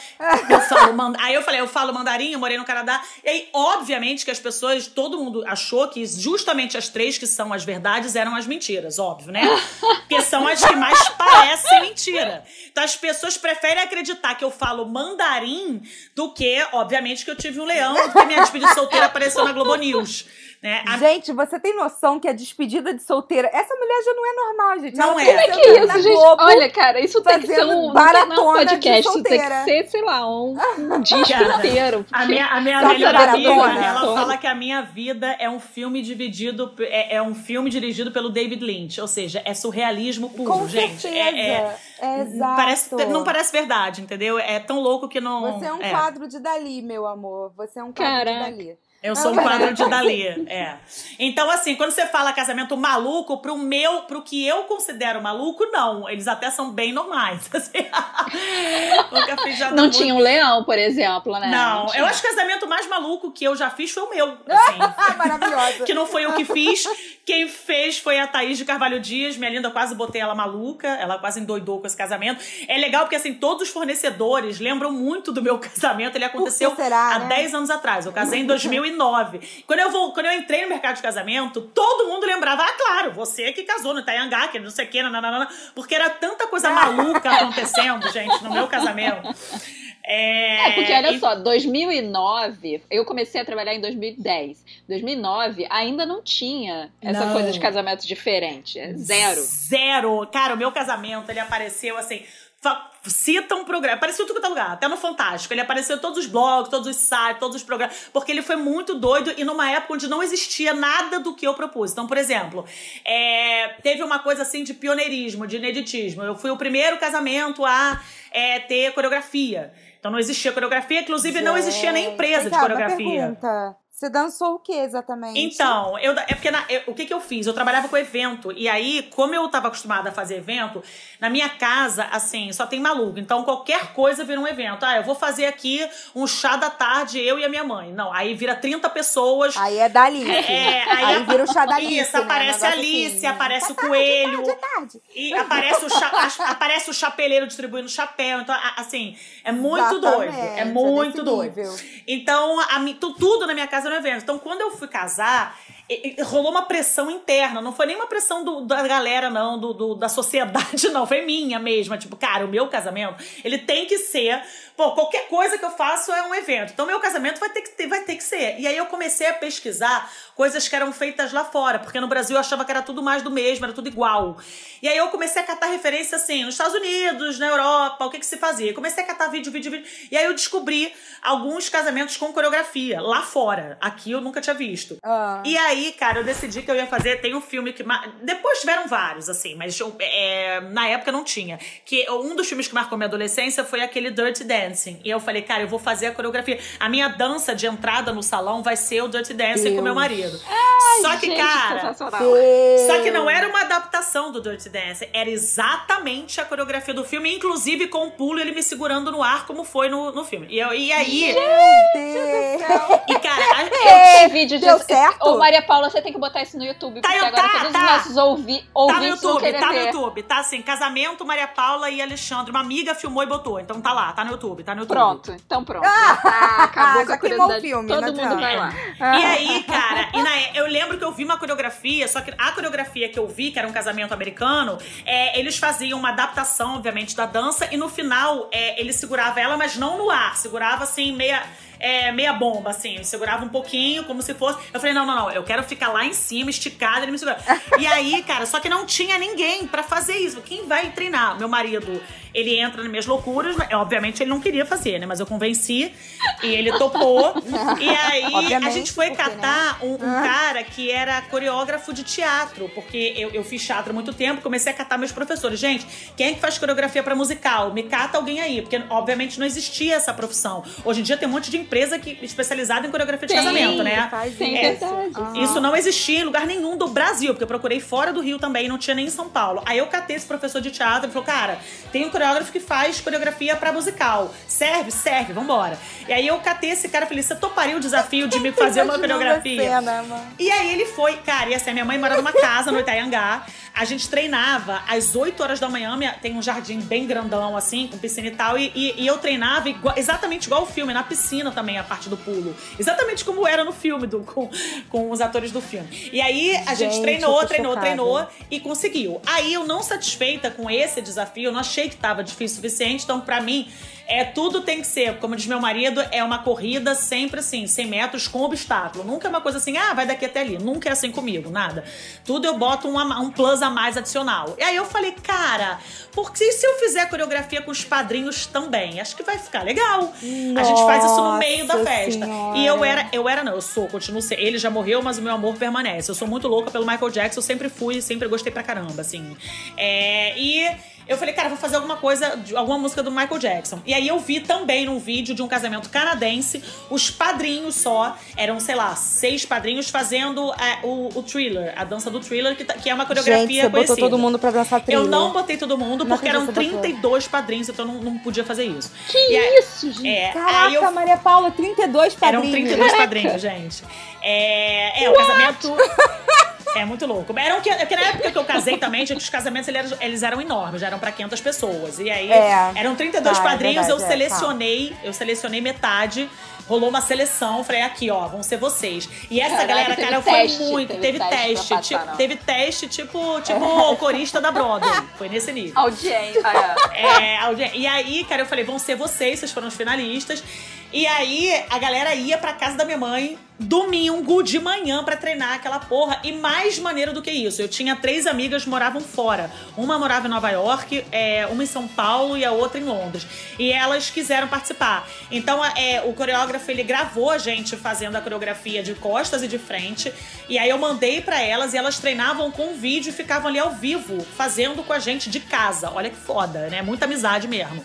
S3: aí eu falei, eu falo mandarim, eu morei no Canadá, e aí, obviamente, que as pessoas, todo mundo achou que justamente as 3 que são as verdades eram as mentiras, óbvio, né? Porque são as que mais parecem mentira. Então, as pessoas preferem acreditar que eu falo mandarim do que, obviamente, que eu tive um leão, do que a minha despedida de solteira apareceu na Globo News. Né?
S2: Gente, você tem noção que a despedida de solteira... Essa mulher já não é normal, gente.
S3: Não é.
S1: Como é que é isso, gente? Olha, cara, isso tem que ser um podcast. Isso tem que ser, sei lá, um disco inteiro.
S3: A minha melhor amiga, ela fala que a minha vida é um filme dividido... É um filme dirigido pelo David Lynch. Ou seja, é surrealismo puro,
S2: com
S3: gente.
S2: Certeza. Exato.
S3: Não parece verdade, entendeu? É tão louco que não...
S2: Você é um quadro de Dali, meu amor. Você é um quadro de Dali.
S3: Eu sou um quadro de Dali, Então, assim, quando você fala casamento maluco, pro que eu considero maluco, não. Eles até são bem normais, assim. Nunca fiz já
S1: não tinha um leão, por exemplo, né?
S3: Não, eu acho que o casamento mais maluco que eu já fiz foi o meu, assim.
S2: Maravilhosa.
S3: Que não foi eu que fiz. Quem fez foi a Thaís de Carvalho Dias, minha linda, eu quase botei ela maluca, ela quase endoidou com esse casamento. É legal porque, assim, todos os fornecedores lembram muito do meu casamento, ele aconteceu há 10 anos atrás, eu casei em 2009. Quando eu entrei no mercado de casamento, todo mundo lembrava, claro, você que casou no Itaiangá, que não sei o que, nananana, porque era tanta coisa maluca acontecendo, gente, no meu casamento.
S1: Porque olha só, 2009, eu comecei a trabalhar em 2010. 2009 ainda não tinha essa coisa de casamento diferente. Zero.
S3: Cara, o meu casamento, ele apareceu assim... Cita um programa, apareceu em tudo que é lugar, até no Fantástico, ele apareceu em todos os blogs, todos os sites, todos os programas, porque ele foi muito doido e numa época onde não existia nada do que eu propus. Então, por exemplo, teve uma coisa assim de pioneirismo, de ineditismo. Eu fui o primeiro casamento a ter coreografia. Então não existia coreografia, inclusive não existia nem empresa de coreografia.
S2: Pergunta. Você dançou o que exatamente?
S3: Então, o que eu fiz? Eu trabalhava com evento. E aí, como eu tava acostumada a fazer evento, na minha casa, assim, só tem maluco. Então, qualquer coisa vira um evento. Eu vou fazer aqui um chá da tarde, eu e a minha mãe. Não, aí vira 30 pessoas.
S2: Aí é da Alice. Aí vira o chá da Alice.
S3: Isso, aparece a Alice, assim. Aparece o coelho.
S2: Tarde.
S3: E aparece o chapeleiro distribuindo chapéu. Então, assim, é muito doido. É muito doido. Nível. Então, tudo na minha casa no evento. Então, quando eu fui casar, rolou uma pressão interna. Não foi nem uma pressão da galera, não, da sociedade, não. Foi minha mesma. Tipo, cara, o meu casamento, ele tem que ser... qualquer coisa que eu faço é um evento. Então, meu casamento vai ter que ser. E aí, eu comecei a pesquisar coisas que eram feitas lá fora. Porque no Brasil, eu achava que era tudo mais do mesmo, era tudo igual. E aí, eu comecei a catar referência, assim, nos Estados Unidos, na Europa, o que se fazia. Eu comecei a catar vídeo. E aí, eu descobri alguns casamentos com coreografia lá fora. Aqui, eu nunca tinha visto. E aí, cara, eu decidi que eu ia fazer... Tem um filme que... Depois tiveram vários, assim, mas na época não tinha. Que um dos filmes que marcou minha adolescência foi aquele Dirty Dancing. E eu falei, cara, eu vou fazer a coreografia. A minha dança de entrada no salão vai ser o Dirty Dancing com meu marido. Só que, cara... Só que não era uma adaptação do Dirty Dancing. Era exatamente a coreografia do filme. Inclusive, com o pulo, ele me segurando no ar, como foi no filme. E aí...
S2: E,
S1: cara, esse vídeo
S2: deu certo?
S1: Ô, Maria Paula, você tem que botar isso no YouTube, porque agora todos os nossos ouvintes vão querer ver.
S3: Tá no YouTube, tá assim, casamento, Maria Paula e Alexandre. Uma amiga filmou e botou, então tá lá, tá no YouTube.
S1: Pronto, então pronto. Acabou com a curiosidade.
S2: Filme,
S1: todo mundo vai lá.
S3: E aí, cara, eu lembro que eu vi uma coreografia, só que a coreografia que eu vi, que era um casamento americano, eles faziam uma adaptação, obviamente, da dança, e no final, ele segurava ela, mas não no ar, segurava assim, meia bomba, assim, segurava um pouquinho, como se fosse... Eu falei, não, eu quero ficar lá em cima, esticada, ele me segura. E aí, cara, só que não tinha ninguém pra fazer isso. Quem vai treinar? Meu marido, ele entra nas minhas loucuras, mas, obviamente ele não queria fazer, né? Mas eu convenci e ele topou. E aí, obviamente, a gente foi catar um cara que era coreógrafo de teatro, porque eu fiz teatro há muito tempo, comecei a catar meus professores. Gente, quem é que faz coreografia pra musical? Me cata alguém aí, porque obviamente não existia essa profissão. Hoje em dia tem um monte de empresa especializada em coreografia de casamento, né?
S1: Verdade.
S3: Isso não existia em lugar nenhum do Brasil, porque eu procurei fora do Rio também, não tinha nem em São Paulo. Aí eu catei esse professor de teatro e falou, cara, tem um coreógrafo que faz coreografia pra musical. Serve? Serve, vambora. E aí eu catei esse cara e falei, você toparia o desafio de me fazer uma coreografia?
S2: Cena,
S3: e aí ele foi, cara, e assim, a minha mãe mora numa casa no Itaiangá. A gente treinava às 8 horas da manhã, tem um jardim bem grandão, assim, com piscina e tal, e eu treinava exatamente igual o filme, na piscina também, a parte do pulo. Exatamente como era no filme, com os atores do filme. E aí a gente treinou e conseguiu. Aí eu não satisfeita com esse desafio, eu não achei que tava difícil o suficiente, então pra mim, tudo tem que ser, como diz meu marido, é uma corrida sempre assim, 100 metros com obstáculo. Nunca é uma coisa assim, vai daqui até ali. Nunca é assim comigo, nada. Tudo eu boto um plus a mais adicional. E aí eu falei, cara, porque se eu fizer coreografia com os padrinhos também? Acho que vai ficar legal.
S2: Nossa,
S3: a gente faz isso no meio da festa.
S2: Senhora.
S3: E eu continuo sendo. Ele já morreu, mas o meu amor permanece. Eu sou muito louca pelo Michael Jackson, eu sempre fui, sempre gostei pra caramba, assim. E eu falei, cara, vou fazer alguma música do Michael Jackson. E aí eu vi também num vídeo de um casamento canadense, os padrinhos só, eram, sei lá, 6 padrinhos fazendo o Thriller, a dança do Thriller, que é uma coreografia
S2: conhecida.
S3: Botou
S2: todo mundo pra dançar Thriller.
S3: Eu não botei todo mundo, porque eram 32 padrinhos, então eu não podia fazer isso.
S1: Que isso, gente?
S2: Caraca, Maria Paula, 32 padrinhos.
S3: Eram 32 padrinhos, gente. O casamento... É muito louco. Porque na época que eu casei também, gente, os casamentos eles eram enormes, já eram pra 500 pessoas. E aí eram 32 padrinhos, verdade, eu selecionei metade. Rolou uma seleção, falei, aqui, ó, vão ser vocês. E essa galera, cara, foi muito. Teve teste, tipo o corista da Broadway. Foi nesse nível.
S1: Audiência.
S3: E aí, cara, eu falei, vão ser vocês foram os finalistas. E aí, a galera ia pra casa da minha mãe domingo de manhã pra treinar aquela porra. E mais maneiro do que isso, eu tinha 3 amigas que moravam fora. Uma morava em Nova York, uma em São Paulo e a outra em Londres. E elas quiseram participar. Então, o coreógrafo, ele gravou a gente fazendo a coreografia de costas e de frente. E aí eu mandei pra elas e elas treinavam com vídeo e ficavam ali ao vivo, fazendo com a gente de casa. Olha que foda, né? Muita amizade mesmo.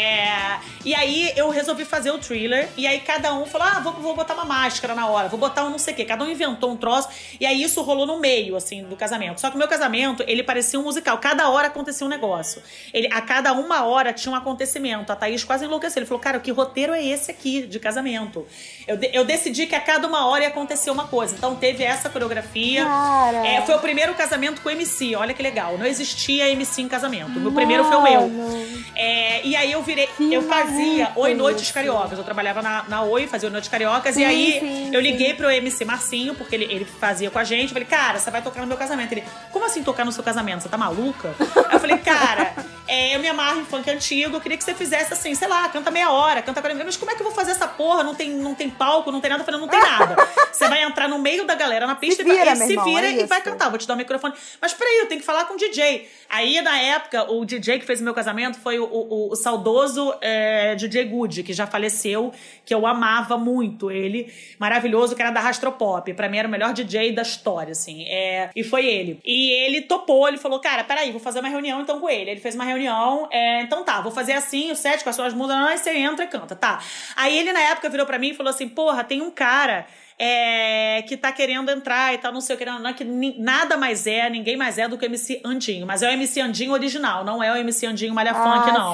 S3: E aí eu resolvi fazer o Thriller. E aí cada um falou, vou botar uma máscara na hora, vou botar um não sei o quê. Cada um inventou um troço. E aí isso rolou no meio, assim, do casamento. Só que o meu casamento, ele parecia um musical. Cada hora acontecia um negócio. A cada 1 hora tinha um acontecimento. A Thaís quase enlouqueceu. Ele falou, cara, que roteiro é esse aqui de casamento? Eu decidi que a cada 1 hora ia acontecer uma coisa. Então teve essa coreografia. Foi o primeiro casamento com MC. Olha que legal. Não existia MC em casamento. O meu primeiro foi o meu. E aí eu fazia Oi Noites Cariocas. Eu trabalhava na Oi, fazia o Noites Cariocas. E aí eu liguei pro MC Marcinho, porque ele fazia com a gente. Eu falei, cara, você vai tocar no meu casamento. Ele, como assim tocar no seu casamento? Você tá maluca? Aí eu falei, cara, eu me amarro em funk antigo. Eu queria que você fizesse assim, sei lá, canta meia hora, canta 40 minutos. Mas como é que eu vou fazer essa porra? Não tem palco, não tem nada. Eu falei, não tem nada. Você vai entrar no meio da galera na pista e vai cantar. Vou te dar o microfone. Mas peraí, eu tenho que falar com o DJ. Aí, na época, o DJ que fez o meu casamento foi o saudoso DJ Good, que já faleceu, que eu amava muito ele. Maravilhoso, que era da Rastropop. Pra mim era o melhor DJ da história, assim. E foi ele. E ele topou, ele falou, cara, peraí, vou fazer uma reunião então com ele. Ele fez uma reunião, então tá, vou fazer assim, o set com as suas músicas, aí você entra e canta, tá. Aí ele, na época, virou pra mim e falou assim, porra, tem um cara... que tá querendo entrar e tal, não sei o que, não, que nada mais ninguém mais do que o MC Andinho, mas é o MC Andinho original, não é o MC Andinho Malha Funk, não.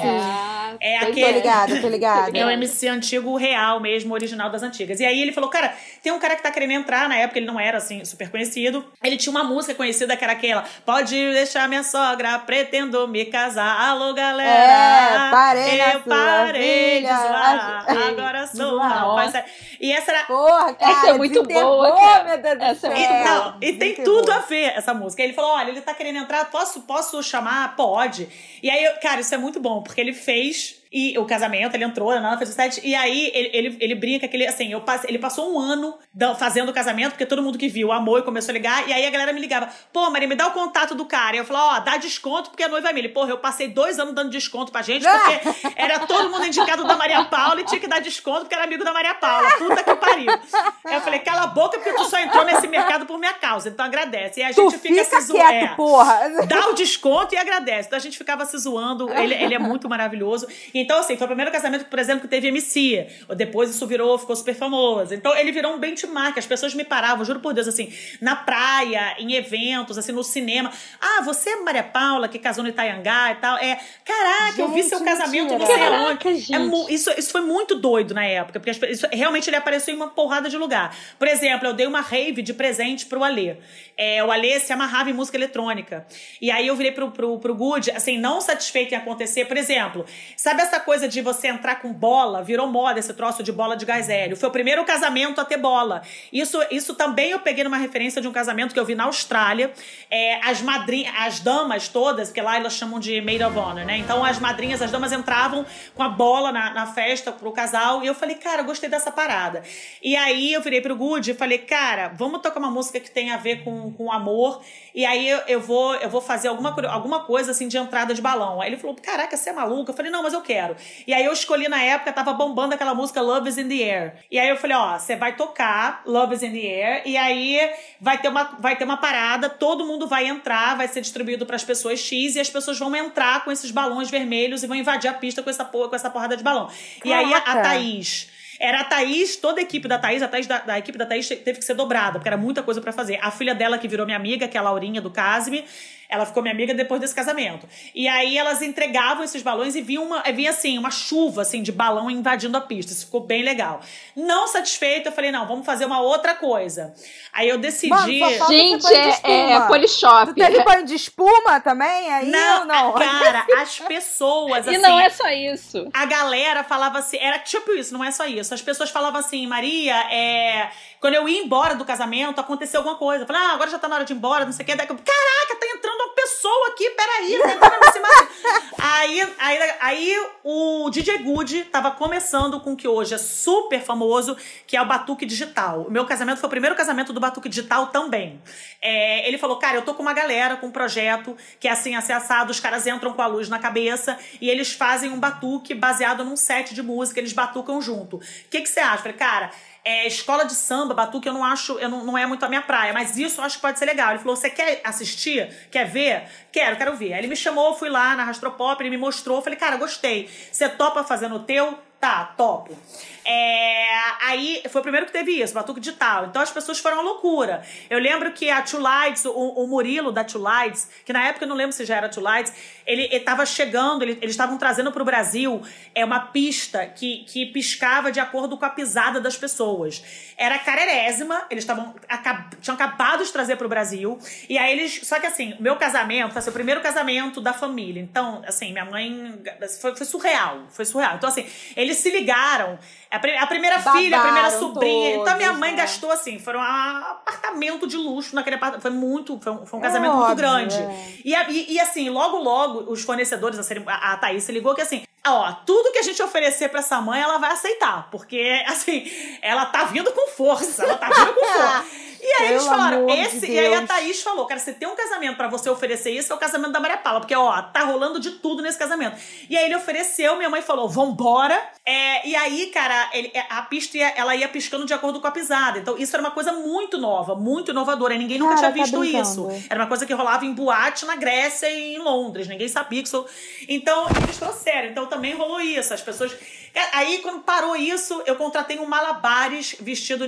S2: Tô ligado.
S3: É o MC antigo real mesmo, original das antigas. E aí ele falou, cara, tem um cara que tá querendo entrar, na época ele não era, assim, super conhecido, ele tinha uma música conhecida que era aquela, pode deixar minha sogra, pretendo me casar, alô galera,
S2: eu parei de zoar,
S3: agora sou não, e essa era...
S2: Porra, cara,
S1: é muito boa, cara.
S2: Meu Deus do céu.
S3: E tem tudo a ver essa música. Ele falou, olha, ele tá querendo entrar, posso chamar? Pode. E aí, cara, isso é muito bom, porque ele fez... E o casamento, ele entrou, fez o set, e aí ele brinca que ele, assim, ele passou 1 ano fazendo o casamento, porque todo mundo que viu amou e começou a ligar, e aí a galera me ligava, pô, Maria, me dá o contato do cara. E eu falava, dá desconto, porque a noiva é minha. Porra, eu passei 2 anos dando desconto pra gente, porque era todo mundo indicado da Maria Paula e tinha que dar desconto, porque era amigo da Maria Paula. Puta que pariu. Eu falei, falei, cala a boca porque tu só entrou nesse mercado por minha causa, então agradece. E a
S2: Tu
S3: gente fica se zoando.
S2: quieto, porra.
S3: Dá o desconto e agradece. Então a gente ficava se zoando, ele é muito maravilhoso. Então, assim, foi o primeiro casamento, por exemplo, que teve MC. Depois isso ficou super famoso. Então ele virou um benchmark, as pessoas me paravam, juro por Deus, assim, na praia, em eventos, assim, no cinema. Ah, você é Maria Paula, que casou no Itaiangá e tal. Caraca,
S2: Gente,
S3: eu vi seu casamento,
S2: mentira.
S3: não sei
S1: Caraca,
S3: onde.
S1: gente.
S3: Isso foi muito doido na época, porque realmente ele apareceu em uma porrada de lugar. Por exemplo, eu dei uma rave de presente pro Alê. O Alê se amarrava em música eletrônica. E aí eu virei pro Good, assim, não satisfeito em acontecer. Por exemplo, sabe essa coisa de você entrar com bola? Virou moda esse troço de bola de gás hélio. Foi o primeiro casamento a ter bola. Isso também eu peguei numa referência de um casamento que eu vi na Austrália. As damas todas, porque lá elas chamam de maid of honor, né? Então as madrinhas, as damas entravam com a bola na festa pro casal. E eu falei, cara, eu gostei dessa parada. E aí eu virei pro Good e falei, cara, vamos tocar uma música que tem a ver com amor. E aí eu vou fazer alguma coisa assim de entrada de balão. Aí ele falou, caraca, você é maluca? Eu falei, não, mas eu quero. E aí eu escolhi na época, tava bombando aquela música Love is in the Air. E aí eu falei, você vai tocar Love is in the Air e aí vai ter uma parada, todo mundo vai entrar, vai ser distribuído pras pessoas X e as pessoas vão entrar com esses balões vermelhos e vão invadir a pista com essa porrada de balão.
S2: Caraca.
S3: E aí a Thaís... Era a Thaís, toda a equipe da Thaís, da equipe da Thaís teve que ser dobrada, porque era muita coisa pra fazer. A filha dela, que virou minha amiga, que é a Laurinha do Casme, ela ficou minha amiga depois desse casamento. E aí elas entregavam esses balões e vinha assim, uma chuva assim, de balão invadindo a pista. Isso ficou bem legal. Não satisfeita, eu falei, não, vamos fazer uma outra coisa. Aí eu decidi...
S2: Mano, só
S1: Gente,
S2: é
S1: Polishop.
S2: Tu teve banho de espuma também? Aí não?
S3: Cara, as pessoas, assim...
S1: E não é só isso.
S3: A galera falava assim... Era tipo isso, não é só isso. As pessoas falavam assim, Maria, quando eu ia embora do casamento, aconteceu alguma coisa. Eu falei, agora já tá na hora de ir embora, não sei o que. Caraca, tá entrando uma pessoa aqui, peraí, tá entrando nesse Aí o DJ Good tava começando com o que hoje é super famoso, que é o Batuque Digital. O meu casamento foi o primeiro casamento do Batuque Digital também. Ele falou, cara, eu tô com uma galera, com um projeto, que é assim assado, os caras entram com a luz na cabeça e eles fazem um batuque baseado num set de música, eles batucam junto. O que você acha? Eu falei, cara... escola de samba, batuque, eu não acho, não é muito a minha praia, mas isso eu acho que pode ser legal. Ele falou, você quer assistir? Quer ver? Quero ver. Aí ele me chamou, eu fui lá na Rastropop, ele me mostrou, eu falei, cara, gostei. Você topa fazer no teu? Tá, topo. Aí foi o primeiro que teve isso, Batuque Digital. Então as pessoas foram uma loucura. Eu lembro que a Two Lights, o Murilo da Two Lights, que na época eu não lembro se já era Two Lights, ele tava chegando, eles estavam trazendo pro Brasil uma pista que piscava de acordo com a pisada das pessoas. Era carerésima, eles tinham acabado de trazer pro Brasil. E aí só que assim, meu casamento foi o primeiro casamento da família. Então, assim, minha mãe foi surreal. Então, assim, eles se ligaram. A primeira filha, a primeira sobrinha.
S2: Todos,
S3: então, minha mãe
S2: né?
S3: gastou, assim, foi um apartamento de luxo naquele apartamento. Foi um casamento muito grande. E, assim, logo, os fornecedores, a Thaís se ligou que, assim, tudo que a gente oferecer pra essa mãe, ela vai aceitar. Porque, assim, ela tá vindo com força. E aí eles falaram, e aí a Thaís falou, cara, você tem um casamento pra você oferecer isso, é o casamento da Maria Paula, porque, tá rolando de tudo nesse casamento. E aí ele ofereceu, minha mãe falou, vambora. E aí, cara, a pista, ela ia piscando de acordo com a pisada. Então, isso era uma coisa muito nova, muito inovadora, e ninguém nunca tinha visto isso. Era uma coisa que rolava em boate na Grécia e em Londres, ninguém sabia que isso... Então, eles trouxeram, então também rolou isso, as pessoas... Aí, quando parou isso, eu contratei um Malabares vestido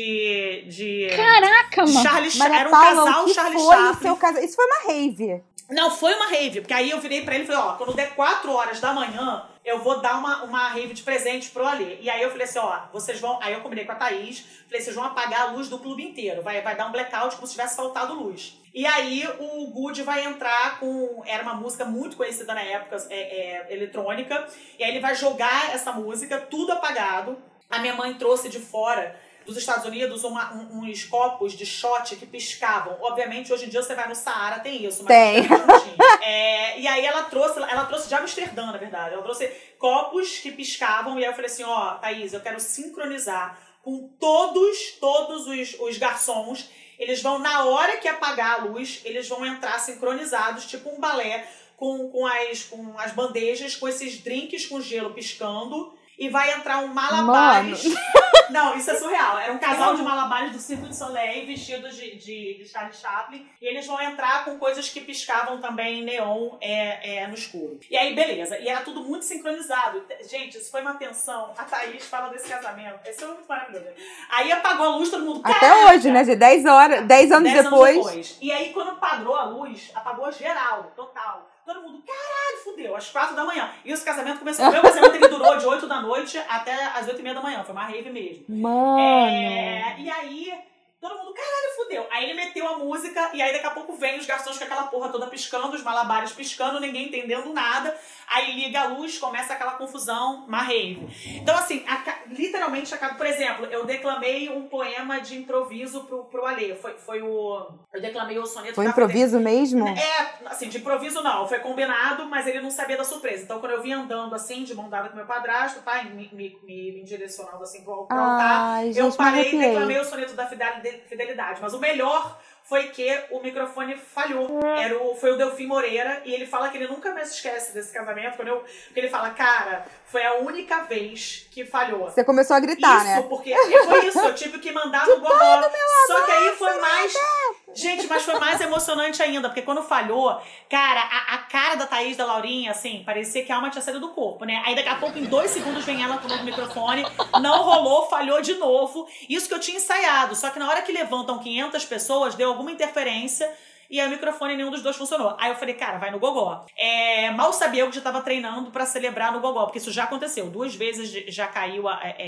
S3: de
S1: Caraca, mano!
S3: Era um casal Charlie Chaplin.
S2: Isso foi uma rave.
S3: Não, foi uma rave, porque aí eu virei pra ele e falei, quando der 4 horas da manhã, eu vou dar uma rave de presente pro Alê. E aí eu falei assim, vocês vão... Aí eu combinei com a Thaís, falei, vocês vão apagar a luz do clube inteiro, vai dar um blackout como se tivesse faltado luz. E aí o Good vai entrar com... Era uma música muito conhecida na época, eletrônica, e aí ele vai jogar essa música, tudo apagado. A minha mãe trouxe de fora dos Estados Unidos uns copos de shot que piscavam. Obviamente, hoje em dia você vai no Saara, tem isso. Mas
S2: tem.
S3: E aí ela trouxe de Amsterdã, na verdade. Ela trouxe copos que piscavam. E aí eu falei assim, Thaís, eu quero sincronizar com todos os garçons. Eles vão, na hora que apagar a luz, eles vão entrar sincronizados, tipo um balé, com as bandejas, com esses drinks com gelo piscando. E vai entrar um Malabares. Não, isso é surreal. era um casal de malabares do Cirque du Soleil vestidos de Charlie Chaplin. E eles vão entrar com coisas que piscavam também neon no escuro. E aí, beleza. E era tudo muito sincronizado. Gente, isso foi uma tensão. A Thaís fala desse casamento. Esse é muito maravilhoso. Aí apagou a luz, todo mundo...
S2: Até hoje, né? De 10 anos depois.
S3: E aí, quando parou a luz, apagou geral, total. Todo mundo, caralho, fudeu, às 4 da manhã. E esse casamento começou... O meu casamento, ele durou de 8 da noite até às 8:30 da manhã. Foi uma rave mesmo.
S2: Mano...
S3: E aí... Todo mundo, caralho, fudeu. Aí ele meteu a música e aí daqui a pouco vem os garçons com aquela porra toda piscando, os malabares piscando, ninguém entendendo nada. Aí liga a luz, começa aquela confusão, uma rave. Então, assim, literalmente, por exemplo, eu declamei um poema de improviso pro Alê. Eu declamei o soneto...
S2: Foi improviso mesmo?
S3: Assim, de improviso não. Foi combinado, mas ele não sabia da surpresa. Então, quando eu vim andando assim, de mão dada com meu padrasto, pai, me direcionando assim pro altar, eu parei e declamei o soneto da fidelidade. Mas o melhor foi que o microfone falhou. Foi o Delfim Moreira, e ele fala que ele nunca mais esquece desse casamento, porque ele fala, cara, foi a única vez que falhou.
S2: Você começou a gritar, né?
S3: Porque foi isso, eu tive que mandar no gogó. Só que aí foi mais... Gente, mas foi mais emocionante ainda, porque quando falhou, cara, a cara da Thaís, da Laurinha, assim, parecia que a alma tinha saído do corpo, né? Aí daqui a pouco, em 2 segundos, vem ela com o novo microfone, não rolou, falhou de novo. Isso que eu tinha ensaiado, só que na hora que levantam 500 pessoas, deu alguma interferência, e aí o microfone nenhum dos dois funcionou. Aí eu falei, cara, vai no gogó. Mal sabia eu que já tava treinando pra celebrar no gogó, porque isso já aconteceu. 2 vezes já caiu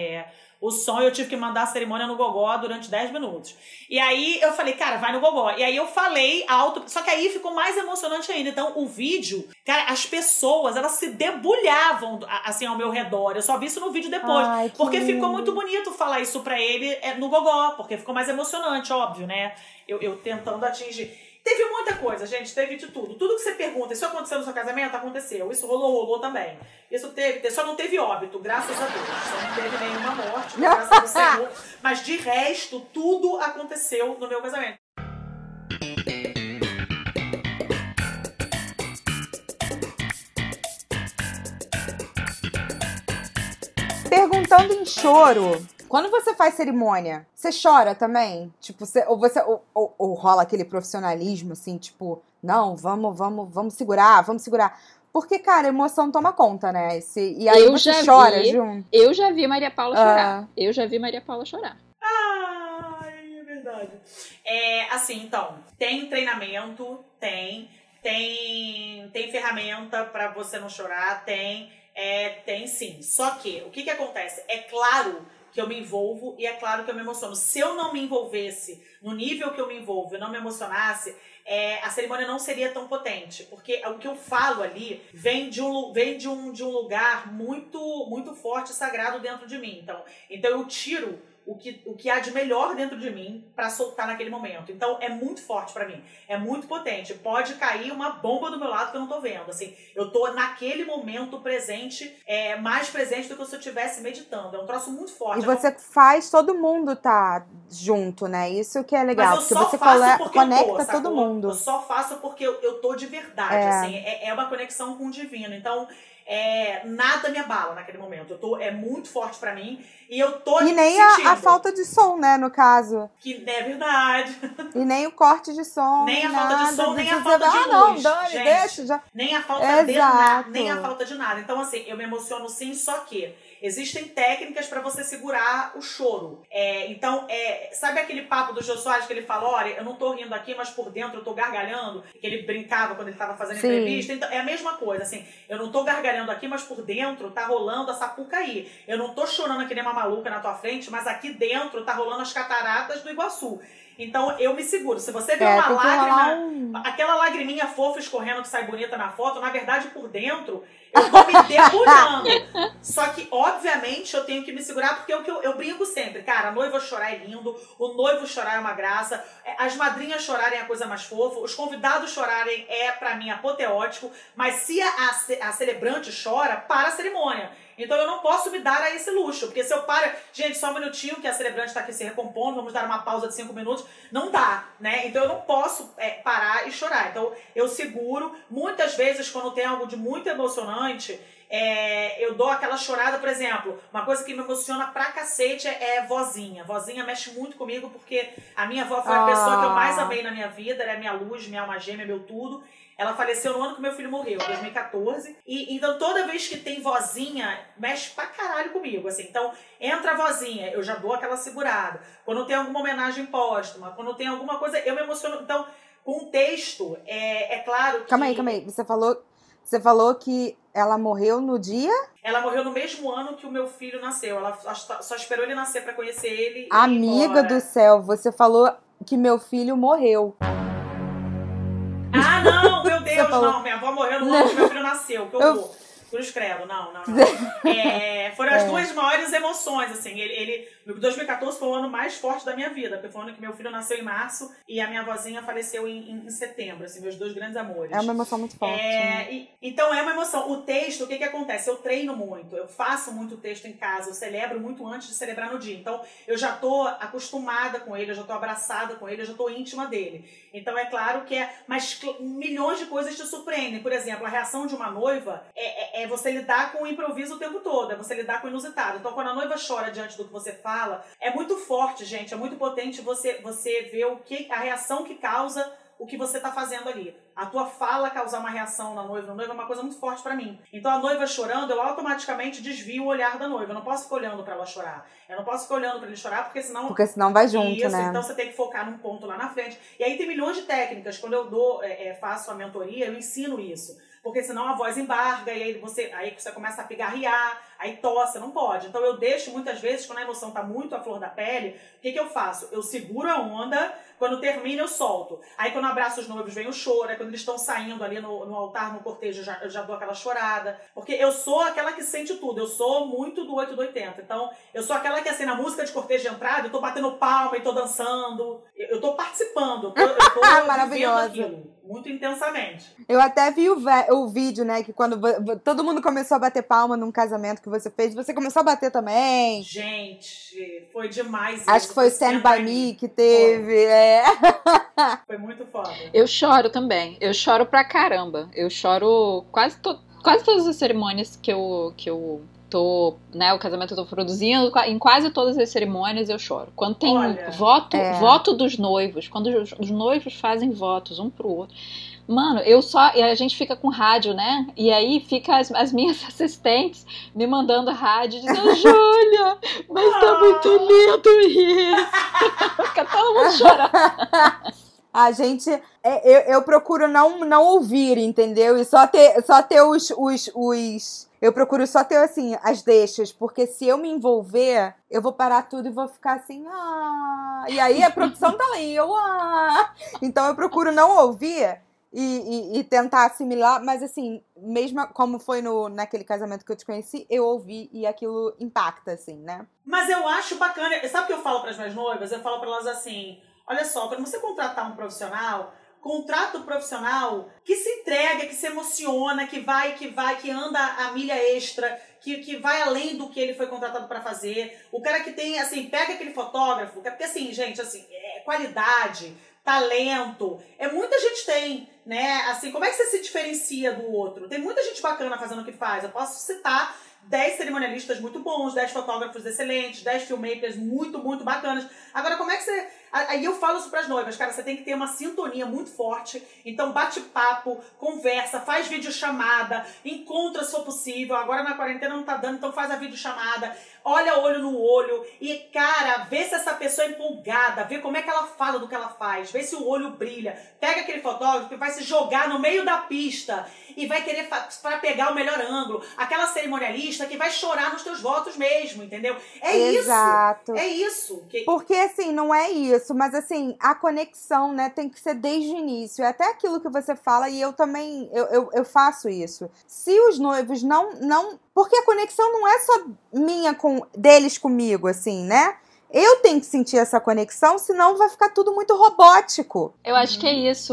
S3: o som e eu tive que mandar a cerimônia no gogó durante 10 minutos. E aí eu falei, cara, vai no gogó. E aí eu falei alto, só que aí ficou mais emocionante ainda. Então o vídeo, cara, as pessoas, elas se debulhavam assim ao meu redor. Eu só vi isso no vídeo depois.
S2: Ai,
S3: porque ficou muito bonito falar isso pra ele no gogó, porque ficou mais emocionante, óbvio, né? Eu tentando atingir. Teve muita coisa, gente, teve de tudo. Tudo que você pergunta, isso aconteceu no seu casamento? Aconteceu. Isso rolou também. Isso teve, só não teve óbito, graças a Deus. Só não teve nenhuma morte, graças ao Senhor. Mas de resto, tudo aconteceu no meu casamento.
S2: Perguntando em choro, quando você faz cerimônia, você chora também? Tipo, ou rola aquele profissionalismo, assim, tipo, não, vamos segurar. Porque, cara, a emoção toma conta, né? E aí você chora junto.
S1: Eu já vi Maria Paula chorar.
S3: Ai, é verdade. Assim, então, tem treinamento, tem ferramenta pra você não chorar, tem sim. Só que, o que acontece? É claro que eu me envolvo e é claro que eu me emociono. Se eu não me envolvesse no nível que eu me envolvo e não me emocionasse, a cerimônia não seria tão potente. Porque o que eu falo ali vem de um lugar muito, muito forte e sagrado dentro de mim. Então eu tiro o que há de melhor dentro de mim pra soltar naquele momento. Então é muito forte pra mim, é muito potente. Pode cair uma bomba do meu lado que eu não tô vendo. Assim, eu tô naquele momento presente, mais presente do que se eu estivesse meditando. É um troço muito forte.
S2: E você faz, todo mundo tá junto, né? Isso que é legal, porque você conecta todo mundo.
S3: Eu só faço porque eu tô de verdade, assim. É uma conexão com o divino. Então, nada me abala naquele momento. É muito forte pra mim e eu tô
S2: E nem a falta de som, né, no caso.
S3: Que é verdade.
S2: E nem o corte de som.
S3: Nem a falta de som, nem a falta de luz.
S2: Não, Dani,
S3: gente,
S2: deixa. Já...
S3: Nem a falta de nada. Nem a falta de nada. Então, assim, eu me emociono sim, só que existem técnicas pra você segurar o choro. Então, sabe aquele papo do Jô Soares que ele fala, olha, eu não tô rindo aqui, mas por dentro eu tô gargalhando? Que ele brincava quando ele tava fazendo entrevista. Então, é a mesma coisa, assim. Eu não tô gargalhando aqui, mas por dentro tá rolando a Sapucaí. Eu não tô chorando que nem uma maluca na tua frente, mas aqui dentro tá rolando as cataratas do Iguaçu. Então eu me seguro. Se você vê uma lágrima, aquela lagriminha fofa escorrendo que sai bonita na foto, na verdade por dentro eu tô me debulhando. Só que, obviamente, eu tenho que me segurar, porque é o que eu brinco sempre. Cara, a noiva chorar é lindo, o noivo chorar é uma graça, as madrinhas chorarem é a coisa mais fofa, os convidados chorarem pra mim, apoteótico, mas se a celebrante chora, para a cerimônia. Então eu não posso me dar a esse luxo, porque se eu paro... Gente, só um minutinho que a celebrante tá aqui se recompondo, vamos dar uma pausa de 5 minutos. Não dá, né? Então eu não posso parar e chorar. Então eu seguro. Muitas vezes, quando tem algo de muito emocionante, eu dou aquela chorada, por exemplo, uma coisa que me emociona pra cacete é vozinha. Vozinha mexe muito comigo, porque a minha avó foi a pessoa que eu mais amei na minha vida, ela é minha luz, minha alma gêmea, meu tudo. Ela faleceu no ano que meu filho morreu, em 2014. E então toda vez que tem vozinha, mexe pra caralho comigo, assim. Então, entra a vozinha, eu já dou aquela segurada. Quando tem alguma homenagem póstuma, quando tem alguma coisa, eu me emociono. Então, com o texto, é claro que...
S2: Calma aí. Você falou que ela morreu no dia?
S3: Ela morreu no mesmo ano que o meu filho nasceu. Ela só esperou ele nascer pra conhecer ele e ir
S2: Amiga
S3: embora.
S2: do céu, você falou que meu filho morreu.
S3: Ah, não, meu Deus,
S2: falou...
S3: não. Minha avó morreu no ano que meu filho nasceu. Que horror. Cruz credo, não. Foram as duas maiores emoções, assim. 2014 foi o ano mais forte da minha vida, porque foi o ano que meu filho nasceu em março e a minha avózinha faleceu em setembro, assim, meus dois grandes amores.
S2: É uma emoção muito forte.
S3: Então é uma emoção. O texto, o que acontece? Eu treino muito, eu faço muito texto em casa, eu celebro muito antes de celebrar no dia. Então eu já tô acostumada com ele, eu já tô abraçada com ele, eu já tô íntima dele. Então é claro que mas milhões de coisas te surpreendem. Por exemplo, a reação de uma noiva é você lidar com o improviso o tempo todo, é você lidar com o inusitado. Então, quando a noiva chora diante do que você fala, é muito forte, gente, é muito potente você ver a reação que causa o que você tá fazendo ali. A tua fala causar uma reação na noiva é uma coisa muito forte pra mim. Então, a noiva chorando, eu automaticamente desvio o olhar da noiva. Eu não posso ficar olhando pra ela chorar. Eu não posso ficar olhando pra ele chorar, porque senão
S2: vai junto,
S3: isso,
S2: né?
S3: Então, você tem que focar num ponto lá na frente. E aí, tem milhões de técnicas. Quando eu faço a mentoria, eu ensino isso. Porque senão a voz embarga e aí você começa a pigarrear, aí tosse, não pode. Então eu deixo muitas vezes, quando a emoção tá muito à flor da pele, o que eu faço? Eu seguro a onda, quando termina eu solto. Aí quando eu abraço os noivos vem o choro, aí quando eles estão saindo ali no altar, no cortejo, eu já dou aquela chorada. Porque eu sou aquela que sente tudo, eu sou muito do 8 do 80. Então eu sou aquela que assim, na música de cortejo de entrada, eu tô batendo palma e tô dançando, eu tô participando, eu tô
S2: maravilhosa.
S3: vivendo aquilo. Muito intensamente.
S2: Eu até vi o vídeo, né? Que quando todo mundo começou a bater palma num casamento que você fez, você começou a bater também.
S3: Gente, foi demais.
S2: Acho que foi Stand By Me que teve.
S3: Foi muito foda.
S1: Eu choro também. Eu choro pra caramba. Eu choro quase todas as cerimônias que eu tô, né, o casamento eu tô produzindo, em quase todas as cerimônias eu choro. Quando tem voto dos noivos, quando os noivos fazem votos um pro outro, mano, e a gente fica com rádio, né, e aí fica as minhas assistentes me mandando rádio, dizendo, Júlia, mas tá muito lindo isso. Fica todo mundo chorando.
S2: A gente, eu procuro não ouvir, entendeu? E só ter os eu procuro só ter, assim, as deixas, porque se eu me envolver, eu vou parar tudo e vou ficar assim, e aí a produção tá ali, então eu procuro não ouvir e tentar assimilar, mas assim, mesmo como foi naquele casamento que eu te conheci, eu ouvi e aquilo impacta, assim, né?
S3: Mas eu acho bacana, sabe o que eu falo pras minhas noivas? Eu falo pra elas assim, olha só, quando você contratar um profissional, contrata o profissional que se entrega, que se emociona, que anda a milha extra, que vai além do que ele foi contratado para fazer. O cara que tem, assim, pega aquele fotógrafo, porque assim, gente, assim, qualidade, talento, muita gente tem, né? Assim, como é que você se diferencia do outro? Tem muita gente bacana fazendo o que faz. Eu posso citar 10 cerimonialistas muito bons, 10 fotógrafos excelentes, 10 filmmakers muito, muito bacanas. Agora, como é que você... Aí eu falo isso pras noivas, cara, você tem que ter uma sintonia muito forte. Então bate papo, conversa, faz videochamada, encontra se for possível. Agora na quarentena não tá dando, então faz a videochamada, olha olho no olho e, cara, vê se essa pessoa é empolgada, vê como é que ela fala do que ela faz, vê se o olho brilha. Pega aquele fotógrafo que vai se jogar no meio da pista e vai querer para pegar o melhor ângulo. Aquela cerimonialista que vai chorar nos teus votos mesmo, entendeu?
S2: Exato.
S3: É isso.
S2: Porque, assim, não é isso, mas, assim, a conexão, né, tem que ser desde o início. É até aquilo que você fala, e eu também, eu faço isso. Se os noivos não... Porque a conexão não é só minha deles comigo, assim, né? Eu tenho que sentir essa conexão, senão vai ficar tudo muito robótico.
S1: Eu acho que é isso.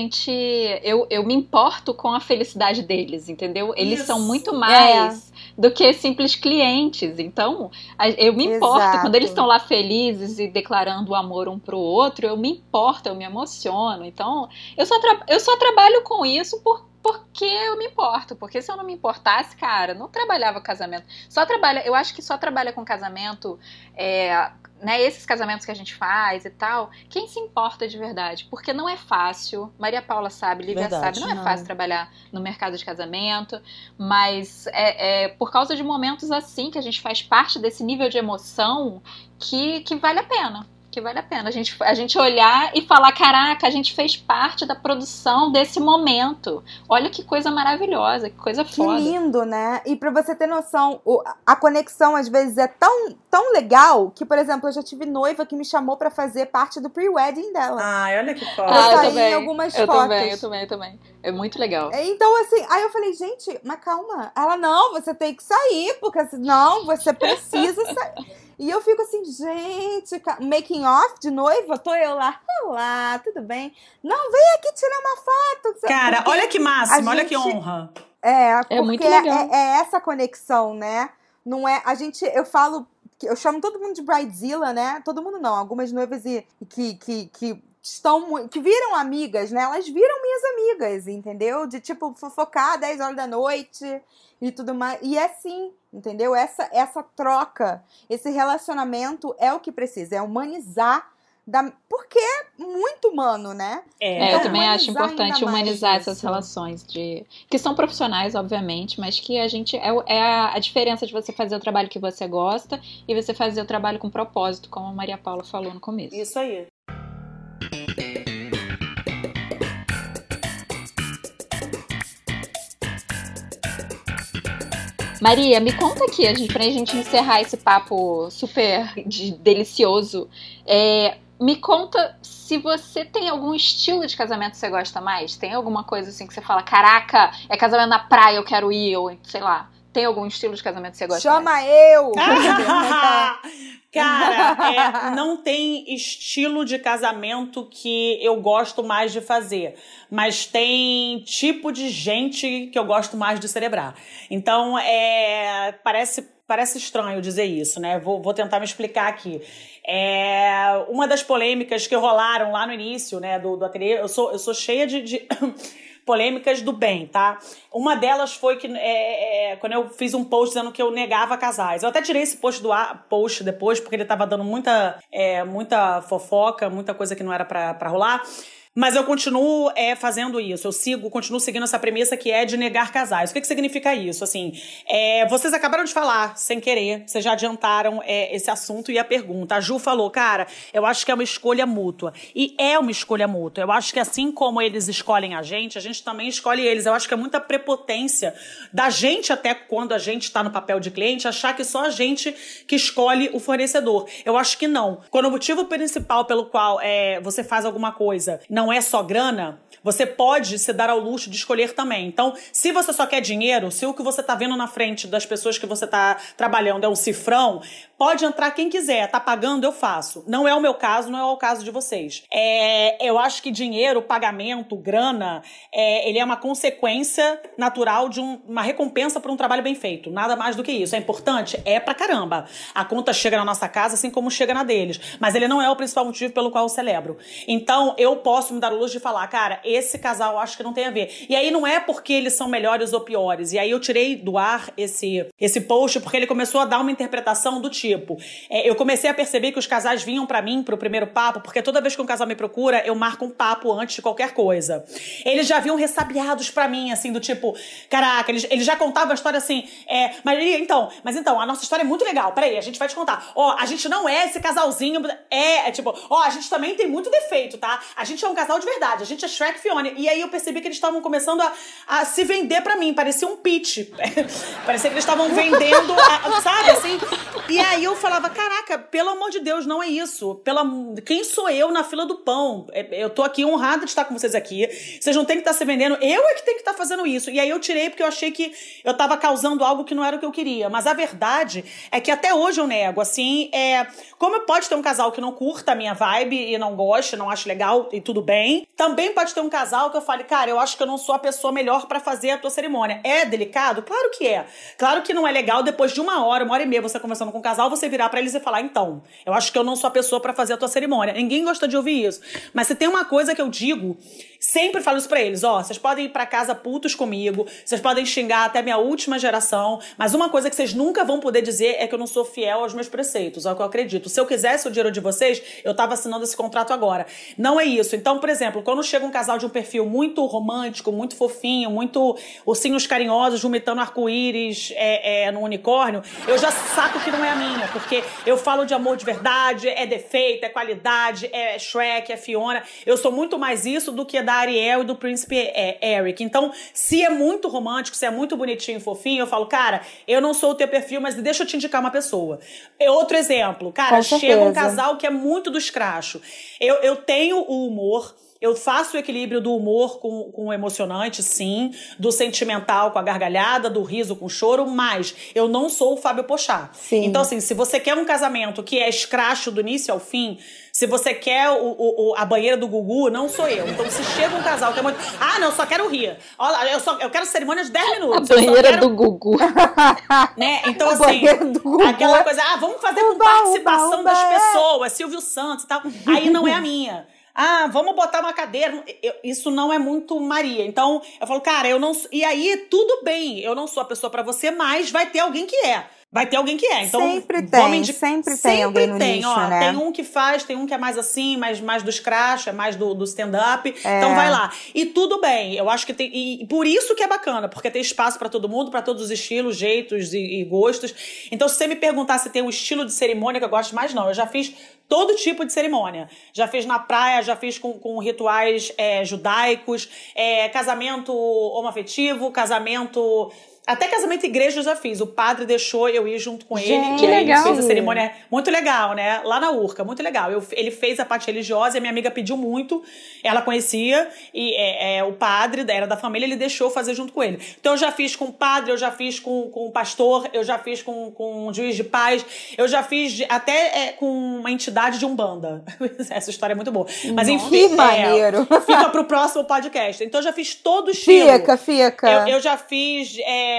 S1: Eu me importo com a felicidade deles, entendeu? Eles são muito mais do que simples clientes. Então, eu me importo. Quando eles estão lá felizes e declarando o amor um pro outro, eu me importo, eu me emociono. Então, eu só trabalho com isso porque eu me importo. Porque se eu não me importasse, cara, não trabalhava com casamento. Eu acho que só trabalha com casamento, né, esses casamentos que a gente faz e tal, quem se importa de verdade. Porque não é fácil, Maria Paula sabe, Lívia sabe, não é fácil trabalhar no mercado de casamento, mas por causa de momentos assim, que a gente faz parte desse nível de emoção, que vale a pena. Que vale a pena a gente olhar e falar, caraca, a gente fez parte da produção desse momento. Olha que coisa maravilhosa, que coisa foda.
S2: Que lindo, né? E pra você ter noção, a conexão às vezes é tão legal que, por exemplo, eu já tive noiva que me chamou pra fazer parte do pre-wedding dela.
S3: Ai, olha que foda.
S2: Eu saí em algumas fotos.
S1: Eu também. É muito legal.
S2: Então, assim, aí eu falei, gente, mas calma. Ela, não, você tem que sair, porque senão você precisa sair. E eu fico assim, gente, making off de noiva, tô eu lá, olá, tudo bem? Não, vem aqui tirar uma foto.
S3: Cara,
S2: porque
S3: olha que máximo, olha que honra.
S2: Porque
S1: muito legal.
S2: É essa conexão, né? Não é, eu eu chamo todo mundo de bridezilla, né? Todo mundo não, algumas noivas que viram amigas, né? Elas viram minhas amigas, entendeu? De, tipo, fofocar 10 horas da noite e tudo mais. E é assim, entendeu? Essa troca, esse relacionamento é o que precisa, é humanizar. Porque é muito humano, né?
S1: Então, eu também acho importante humanizar essas relações que são profissionais, obviamente, mas que a gente a diferença de você fazer o trabalho que você gosta e você fazer o trabalho com propósito, como a Maria Paula falou no começo.
S3: Isso aí.
S1: Maria, me conta aqui, pra gente encerrar esse papo super delicioso. Me conta se você tem algum estilo de casamento que você gosta mais. Tem alguma coisa assim que você fala, caraca, é casamento na praia, eu quero ir, ou sei lá. Tem algum estilo de casamento que você gosta mais?
S2: Chama eu!
S3: Cara, não tem estilo de casamento que eu gosto mais de fazer, mas tem tipo de gente que eu gosto mais de celebrar. Então, parece estranho dizer isso, né? Vou tentar me explicar aqui. Uma das polêmicas que rolaram lá no início, né, do ateliê, eu sou cheia de polêmicas do bem, tá? Uma delas foi que quando eu fiz um post dizendo que eu negava casais. Eu até tirei esse post depois, porque ele tava dando muita fofoca, muita coisa que não era pra rolar. Mas eu continuo fazendo isso, continuo seguindo essa premissa que é de negar casais. O que significa isso? Assim, vocês acabaram de falar, sem querer, vocês já adiantaram esse assunto e a pergunta. A Ju falou, cara, eu acho que é uma escolha mútua. E é uma escolha mútua. Eu acho que assim como eles escolhem a gente também escolhe eles. Eu acho que é muita prepotência da gente, até quando a gente está no papel de cliente, achar que só a gente que escolhe o fornecedor. Eu acho que não. Quando o motivo principal pelo qual você faz alguma coisa não é só grana, você pode se dar ao luxo de escolher também. Então, se você só quer dinheiro, se o que você tá vendo na frente das pessoas que você tá trabalhando é um cifrão, pode entrar quem quiser. Tá pagando, eu faço. Não é o meu caso, não é o caso de vocês. Eu acho que dinheiro, pagamento, grana, ele é uma consequência natural de uma recompensa por um trabalho bem feito. Nada mais do que isso. É importante? É pra caramba. A conta chega na nossa casa assim como chega na deles. Mas ele não é o principal motivo pelo qual eu celebro. Então, eu posso me dar o luxo de falar, cara, esse casal acho que não tem a ver. E aí não é porque eles são melhores ou piores. E aí eu tirei do ar esse post porque ele começou a dar uma interpretação do tipo. Eu comecei a perceber que os casais vinham pra mim pro primeiro papo, porque toda vez que um casal me procura, eu marco um papo antes de qualquer coisa. Eles já vinham ressabiados pra mim, assim, do tipo, caraca, eles já contavam a história assim, mas então, a nossa história é muito legal, peraí, a gente vai te contar. A gente não é esse casalzinho, a gente também tem muito defeito, tá? A gente é um casal de verdade, a gente é Shrek e Fiona. E aí eu percebi que eles estavam começando a se vender pra mim, parecia um pitch. Parecia que eles estavam vendendo, sabe, assim? E aí eu falava, caraca, pelo amor de Deus, não é isso. Quem sou eu na fila do pão? Eu tô aqui honrada de estar com vocês aqui. Vocês não têm que estar se vendendo, eu é que tenho que estar fazendo isso. E aí eu tirei porque eu achei que eu tava causando algo que não era o que eu queria. Mas a verdade é que até hoje eu nego, assim, como pode ter um casal que não curta a minha vibe e não goste, não ache legal e tudo bem, bem. Também pode ter um casal que eu fale, cara, eu acho que eu não sou a pessoa melhor pra fazer a tua cerimônia. É delicado? Claro que é. Claro que não é legal depois de uma hora e meia, você conversando com o casal, você virar pra eles e falar, então, eu acho que eu não sou a pessoa pra fazer a tua cerimônia. Ninguém gosta de ouvir isso. Mas se tem uma coisa que eu digo, sempre falo isso pra eles, ó, vocês podem ir pra casa putos comigo, vocês podem xingar até minha última geração, mas uma coisa que vocês nunca vão poder dizer é que eu não sou fiel aos meus preceitos, ao que eu acredito. Se eu quisesse o dinheiro de vocês, eu tava assinando esse contrato agora. Não é isso. Então, por exemplo, quando chega um casal de um perfil muito romântico, muito fofinho, muito ursinhos carinhosos, vomitando arco-íris no unicórnio, eu já saco que não é a minha, porque eu falo de amor de verdade, é defeito, é qualidade, é Shrek, é Fiona. Eu sou muito mais isso do que da Ariel e do príncipe Eric. Então, se é muito romântico, se é muito bonitinho e fofinho, eu falo, cara, eu não sou o teu perfil, mas deixa eu te indicar uma pessoa. Outro exemplo, cara, chega um casal que é muito do escracho. Eu tenho o humor, eu faço o equilíbrio do humor com o emocionante, sim, do sentimental com a gargalhada, do riso com o choro, mas eu não sou o Fábio Pochá. Sim. Então, assim, se você quer um casamento que é escracho do início ao fim, se você quer a banheira do Gugu, não sou eu. Então, se chega um casal que é muito... Ah, não, eu só quero rir. Olha, eu quero cerimônia de 10 minutos.
S1: A banheira do Gugu.
S3: Né? Então, assim, aquela coisa... Ah, vamos fazer com participação das pessoas, Silvio Santos e tal. Aí não é a minha. Ah, vamos botar uma cadeira. Isso não é muito Maria. Então, eu falo, cara, eu não... E aí, tudo bem. Eu não sou a pessoa pra você, mas vai ter alguém que é. Vai ter alguém que é. Então,
S2: sempre tem alguém no nicho,
S3: ó,
S2: né?
S3: Tem um que faz, tem um que é mais assim, mais do scratch, é mais do stand-up. Então vai lá. E tudo bem. Eu acho que tem... E por isso que é bacana, porque tem espaço pra todo mundo, pra todos os estilos, jeitos e gostos. Então, se você me perguntar se tem um estilo de cerimônia que eu gosto mais, não. Eu já fiz todo tipo de cerimônia. Já fiz na praia, já fiz com rituais judaicos, casamento homoafetivo, casamento... Até casamento igreja eu já fiz. O padre deixou eu ir junto com ele.
S1: Que legal.
S3: Ele fez a cerimônia muito legal, né? Lá na Urca, muito legal. Ele fez a parte religiosa e a minha amiga pediu muito. Ela conhecia e o padre, era da família, ele deixou fazer junto com ele. Então eu já fiz com o padre, eu já fiz com o pastor, eu já fiz com um juiz de paz, eu já fiz até com uma entidade de Umbanda. Essa história é muito boa. Mas enfim,
S2: que maneiro.
S3: Fica pro próximo podcast. Então eu já fiz todo o estilo.
S2: Fica.
S3: Eu já fiz...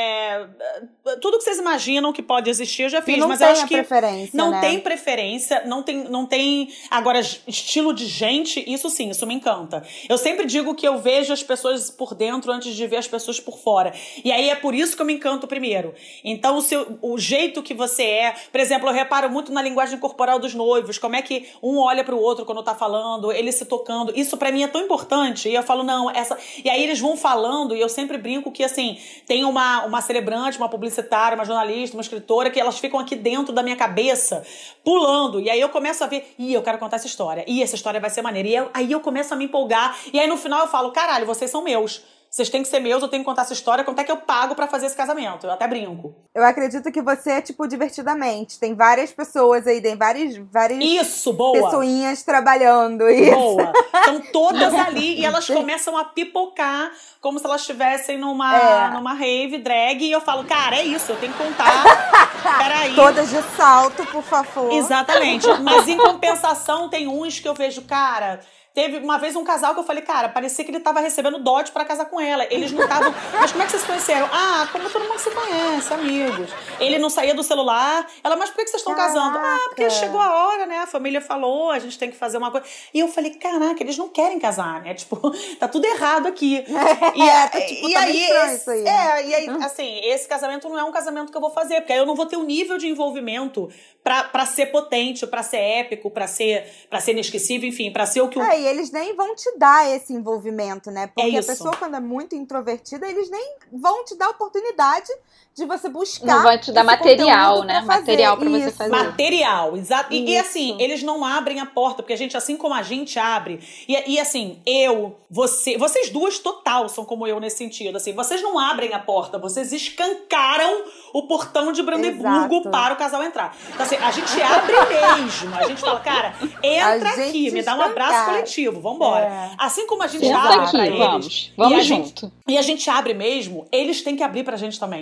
S3: tudo que vocês imaginam que pode existir, eu já fiz.
S2: Não
S3: mas
S2: tem
S3: eu acho que
S2: preferência,
S3: não
S2: né?
S3: tem preferência, não tem... Agora, estilo de gente, isso sim, isso me encanta. Eu sempre digo que eu vejo as pessoas por dentro antes de ver as pessoas por fora. E aí é por isso que eu me encanto primeiro. Então, o jeito que você é... Por exemplo, eu reparo muito na linguagem corporal dos noivos, como é que um olha pro outro quando tá falando, ele se tocando. Isso pra mim é tão importante. E eu falo, não, essa... E aí eles vão falando, e eu sempre brinco que, assim, tem uma celebrante, uma publicitária, uma jornalista, uma escritora, que elas ficam aqui dentro da minha cabeça, pulando. E aí eu começo a ver, eu quero contar essa história. Essa história vai ser maneira. E aí eu começo a me empolgar. E aí no final eu falo, caralho, vocês são meus. Vocês têm que ser meus, eu tenho que contar essa história. Quanto é que eu pago pra fazer esse casamento? Eu até brinco.
S2: Eu acredito que você é, tipo, divertidamente. Tem várias pessoas aí, tem várias
S3: isso, boa.
S2: Pessoinhas trabalhando. Isso.
S3: Boa. Estão todas ali e elas começam a pipocar como se elas estivessem numa rave drag. E eu falo, cara, é isso, eu tenho que contar. Peraí.
S2: Todas de salto, por favor.
S3: Exatamente. Mas em compensação, tem uns que eu vejo, cara... Teve uma vez um casal que eu falei, cara, parecia que ele tava recebendo dote pra casar com ela. Eles não estavam... Mas como é que vocês se conheceram? Ah, como todo mundo se conhece, amigos. Ele não saía do celular. Ela, mas por que vocês estão casando? Ah, porque chegou a hora, né? A família falou, a gente tem que fazer uma coisa. E eu falei, caraca, eles não querem casar, né? Tipo, tá tudo errado aqui.
S2: E aí,
S3: isso aí, assim, esse casamento não é um casamento que eu vou fazer, porque aí eu não vou ter o nível de envolvimento pra ser potente, pra ser épico, pra ser inesquecível, enfim, pra ser o que...
S2: E eles nem vão te dar esse envolvimento, né? Porque
S3: a
S2: pessoa, quando é muito introvertida, eles nem vão te dar a oportunidade de você buscar.
S1: Não vai te dar material, né? Material pra você fazer.
S3: Material, exato. E assim, eles não abrem a porta, porque a gente, assim como a gente abre. E assim, vocês duas total são como eu nesse sentido. Assim, vocês não abrem a porta, vocês escancaram o portão de Brandeburgo para o casal entrar. Então, assim, a gente abre mesmo. A gente fala, cara, entra aqui, me dá um abraço coletivo, vambora. Assim como a gente abre pra eles.
S1: Vamos junto.
S3: E a gente abre mesmo, eles têm que abrir pra gente também.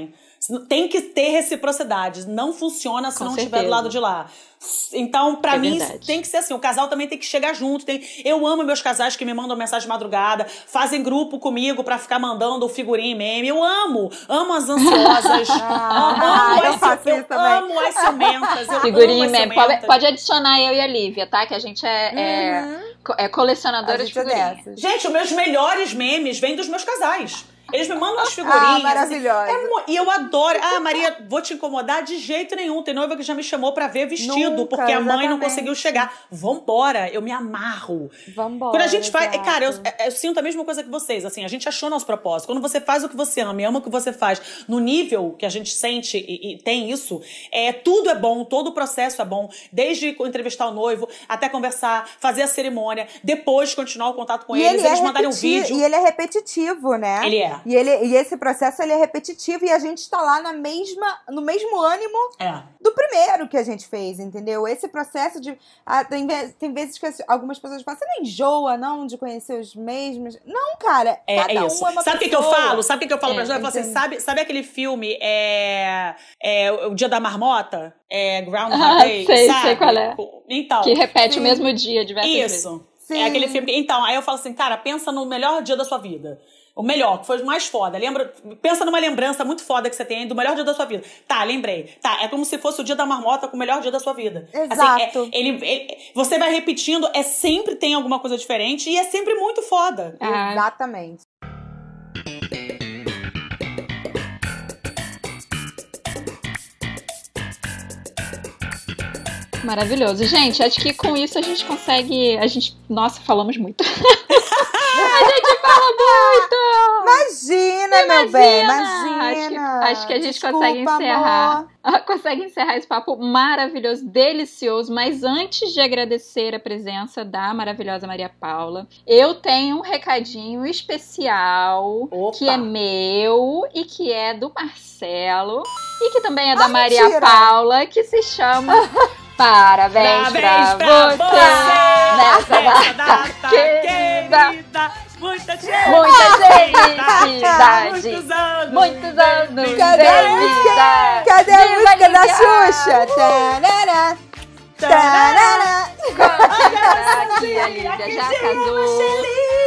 S3: Tem que ter reciprocidade. Não funciona se
S1: Com
S3: não
S1: certeza.
S3: estiver do lado de lá. Então, pra mim,
S1: verdade.
S3: tem que ser assim. O casal também tem que chegar junto. Eu amo meus casais que me mandam mensagem de madrugada, fazem grupo comigo pra ficar mandando figurinha e meme. Eu amo as ansiosas.
S2: eu faço isso também.
S3: Amo as ciumentas. Eu
S1: Figurinha e
S3: amo as
S1: meme.
S3: ciumentas.
S1: Pode adicionar eu e a Lívia, tá? Que a gente é
S2: A
S1: colecionadora de
S2: gente é
S1: figurinhas.
S2: dessas.
S3: Gente, os meus melhores memes vêm dos meus casais. Eles me mandam as figurinhas.
S2: Maravilhosa.
S3: E eu adoro. Maria, vou te incomodar de jeito nenhum. Tem noiva que já me chamou pra ver vestido,
S2: Nunca,
S3: porque a mãe não
S2: exatamente.
S3: conseguiu chegar. Vambora, eu me amarro.
S2: Vambora.
S3: Quando a gente faz...
S2: exato.
S3: Cara, eu sinto a mesma coisa que vocês. Assim, a gente achou nosso propósito. Quando você faz o que você ama e ama o que você faz, no nível que a gente sente e tem isso, tudo é bom, todo o processo é bom. Desde entrevistar o noivo, até conversar, fazer a cerimônia, depois continuar o contato com eles mandarem um vídeo.
S2: E ele é repetitivo, né?
S3: Ele é.
S2: E esse processo, ele é repetitivo e a gente tá lá no mesmo ânimo do primeiro que a gente fez, entendeu? Esse processo de... tem vezes que algumas pessoas falam, você não enjoa, não, de conhecer os mesmos? Não, cara, cada
S3: isso.
S2: um é uma
S3: Sabe o que
S2: pessoa.
S3: eu falo? Sabe o que eu falo pra gente? Eu falo assim, sabe aquele filme, O Dia da Marmota? Groundhog Day, sabe?
S1: Sei qual é.
S3: Então,
S1: Que repete o mesmo dia diversas vezes.
S3: isso.
S2: Sim.
S3: É aquele filme. Então, aí eu falo assim, cara, pensa no melhor dia da sua vida. O melhor, que foi o mais foda. Pensa numa lembrança muito foda que você tem do melhor dia da sua vida. Tá, lembrei. Tá, é como se fosse o dia da marmota com o melhor dia da sua vida.
S2: Exato.
S3: Assim, você vai repetindo, sempre tem alguma coisa diferente e é sempre muito foda.
S2: Exatamente.
S1: Maravilhoso. Gente, acho que com isso a gente consegue... Nossa, falamos muito. A gente fala muito!
S2: Imagina, meu bem, imagina.
S1: Acho que a gente
S2: Desculpa,
S1: consegue encerrar.
S2: amor.
S1: Consegue encerrar esse papo maravilhoso, delicioso. Mas antes de agradecer a presença da maravilhosa Maria Paula, eu tenho um recadinho especial.
S3: Opa.
S1: Que é meu e que é do Marcelo. E que também é da Maria
S2: mentira.
S1: Paula, que se chama... Parabéns pra você nessa data querida.
S3: Muita
S1: felicidade. Muitos anos de
S2: Cadê a
S1: vida.
S2: Cadê a
S1: Viva
S2: música da
S1: Lívia.
S2: Xuxa? Tarará, tarará.
S1: Será que a Lívia já casou?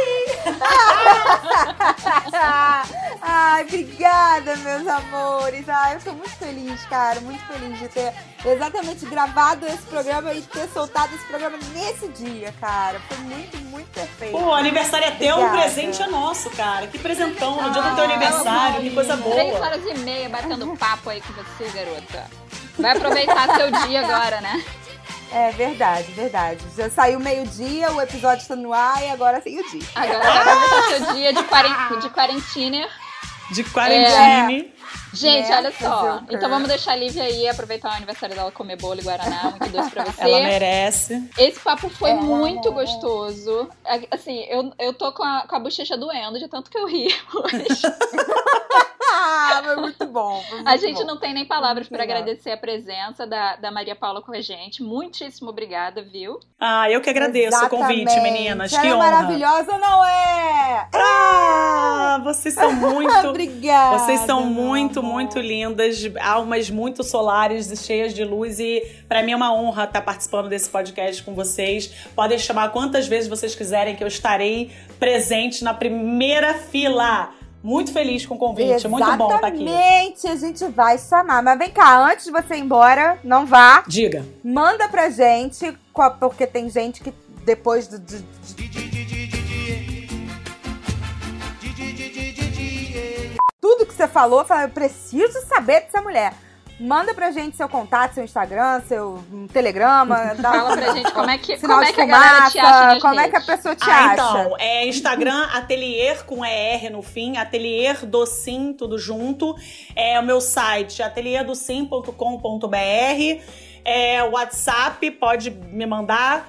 S2: Ai, obrigada, meus amores. Ai, eu tô muito feliz, cara. Muito feliz de ter exatamente gravado esse programa e ter soltado esse programa nesse dia, cara. Foi muito, muito perfeito.
S3: Pô, aniversário é teu, um
S2: Obrigada.
S3: presente é nosso, cara. Que presentão no dia do teu aniversário, que coisa boa.
S1: 3h30 batendo papo aí com você, garota. Vai aproveitar seu dia agora, né?
S2: É verdade, verdade. Já saiu meio-dia, o episódio tá no ar e agora tem o dia.
S1: Agora vai aproveitar seu dia de quarentena.
S3: De quarentine.
S1: Gente,
S2: Né?
S1: olha
S2: Fazer
S1: só.
S2: o quê?
S1: Então vamos deixar a Lívia aí aproveitar o aniversário dela, comer bolo e guaraná. Muito doce pra você.
S3: Ela merece.
S1: Esse papo foi muito gostoso. Assim, eu tô com a bochecha doendo de tanto que eu ri hoje.
S2: Foi muito bom. Foi muito
S1: A gente
S2: bom.
S1: não tem nem palavras pra
S2: legal.
S1: agradecer a presença da Maria Paula com a gente. Muitíssimo obrigada, viu?
S3: Eu que agradeço o convite,
S2: Exatamente.
S3: meninas.
S2: Ela
S3: Que
S2: é
S3: honra.
S2: maravilhosa ou não é?
S3: Vocês são muito...
S2: Obrigada.
S3: Vocês são
S2: meu
S3: muito,
S2: amor.
S3: muito lindas, almas muito solares e cheias de luz, e pra mim é uma honra estar participando desse podcast com vocês. Podem chamar quantas vezes vocês quiserem, que eu estarei presente na primeira fila. Muito feliz com o convite, muito bom estar aqui.
S2: Exatamente, a gente vai chamar. Mas vem cá, antes de você ir embora, não vá.
S3: Diga.
S2: Manda pra gente, porque tem gente que depois tudo que você falou, fala, eu preciso saber dessa mulher. Manda pra gente seu contato, seu Instagram, seu telegrama.
S1: Fala pra gente como é que
S2: sinal de
S1: a galera te acha
S2: fumaça,
S1: nas
S2: como é que a
S1: redes.
S2: pessoa te acha.
S3: Então, Instagram, Atelier com ER no fim, Atelier do Sim, tudo junto. O meu site, atelierdosim.com.br. WhatsApp, pode me mandar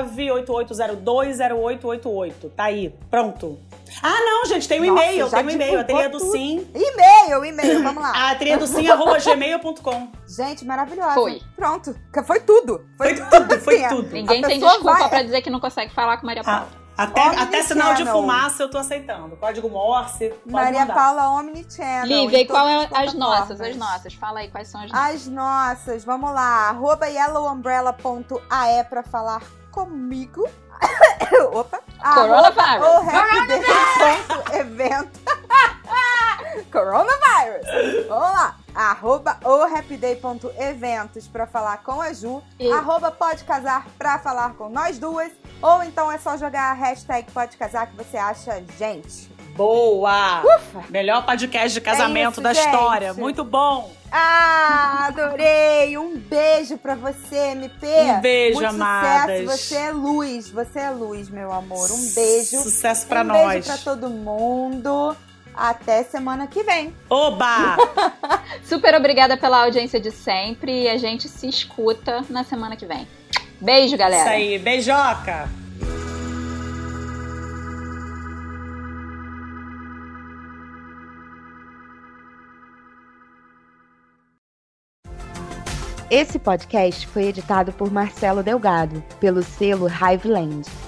S3: 988020888. Tá aí, pronto. Não, gente, tem um
S2: Nossa,
S3: e-mail,
S2: já
S3: tem um e-mail,
S2: divulgou
S3: Atelier do
S2: tudo.
S3: Sim.
S2: E-mail, vamos lá.
S3: atelierdosim@gmail.com.
S2: Gente, maravilhosa.
S1: Foi.
S2: Pronto, foi tudo.
S3: Foi tudo, foi
S2: Assim,
S3: tudo.
S1: Ninguém
S2: A
S1: tem
S2: pessoa
S1: desculpa
S2: vai-
S1: pra dizer que não consegue falar com Maria Paula.
S3: Até sinal de
S2: Omnichannel.
S3: fumaça eu tô aceitando. Código Morse, pode
S2: Maria
S3: mandar.
S2: Paula Omnichannel.
S1: Lívia,
S2: em
S1: e qual é
S2: todas
S1: as nossas?
S2: plataformas.
S1: As nossas. Fala aí quais são as nossas.
S2: As nossas, vamos lá. @yellowumbrella.ae pra falar comigo. Opa.
S1: Coronavirus.
S2: @ohappyday.evento. Coronavirus. Vamos lá. @ohappyday.eventos pra falar com a Ju.
S1: E-
S2: @podecasar pra falar com nós duas. Ou então é só jogar a hashtag podecasar que você acha gente.
S3: Boa! Melhor podcast de casamento
S2: isso,
S3: da
S2: gente.
S3: história. Muito bom!
S2: Adorei! Um beijo pra você, MP.
S3: Um beijo,
S2: muito
S3: amadas.
S2: Sucesso. Você é luz, meu amor. Um beijo.
S3: Sucesso pra
S2: um
S3: nós.
S2: beijo pra todo mundo. Até semana que vem.
S3: Oba!
S1: Super obrigada pela audiência de sempre e a gente se escuta na semana que vem. Beijo, galera.
S3: Isso aí, beijoca!
S2: Esse podcast foi editado por Marcelo Delgado, pelo selo Hiveland.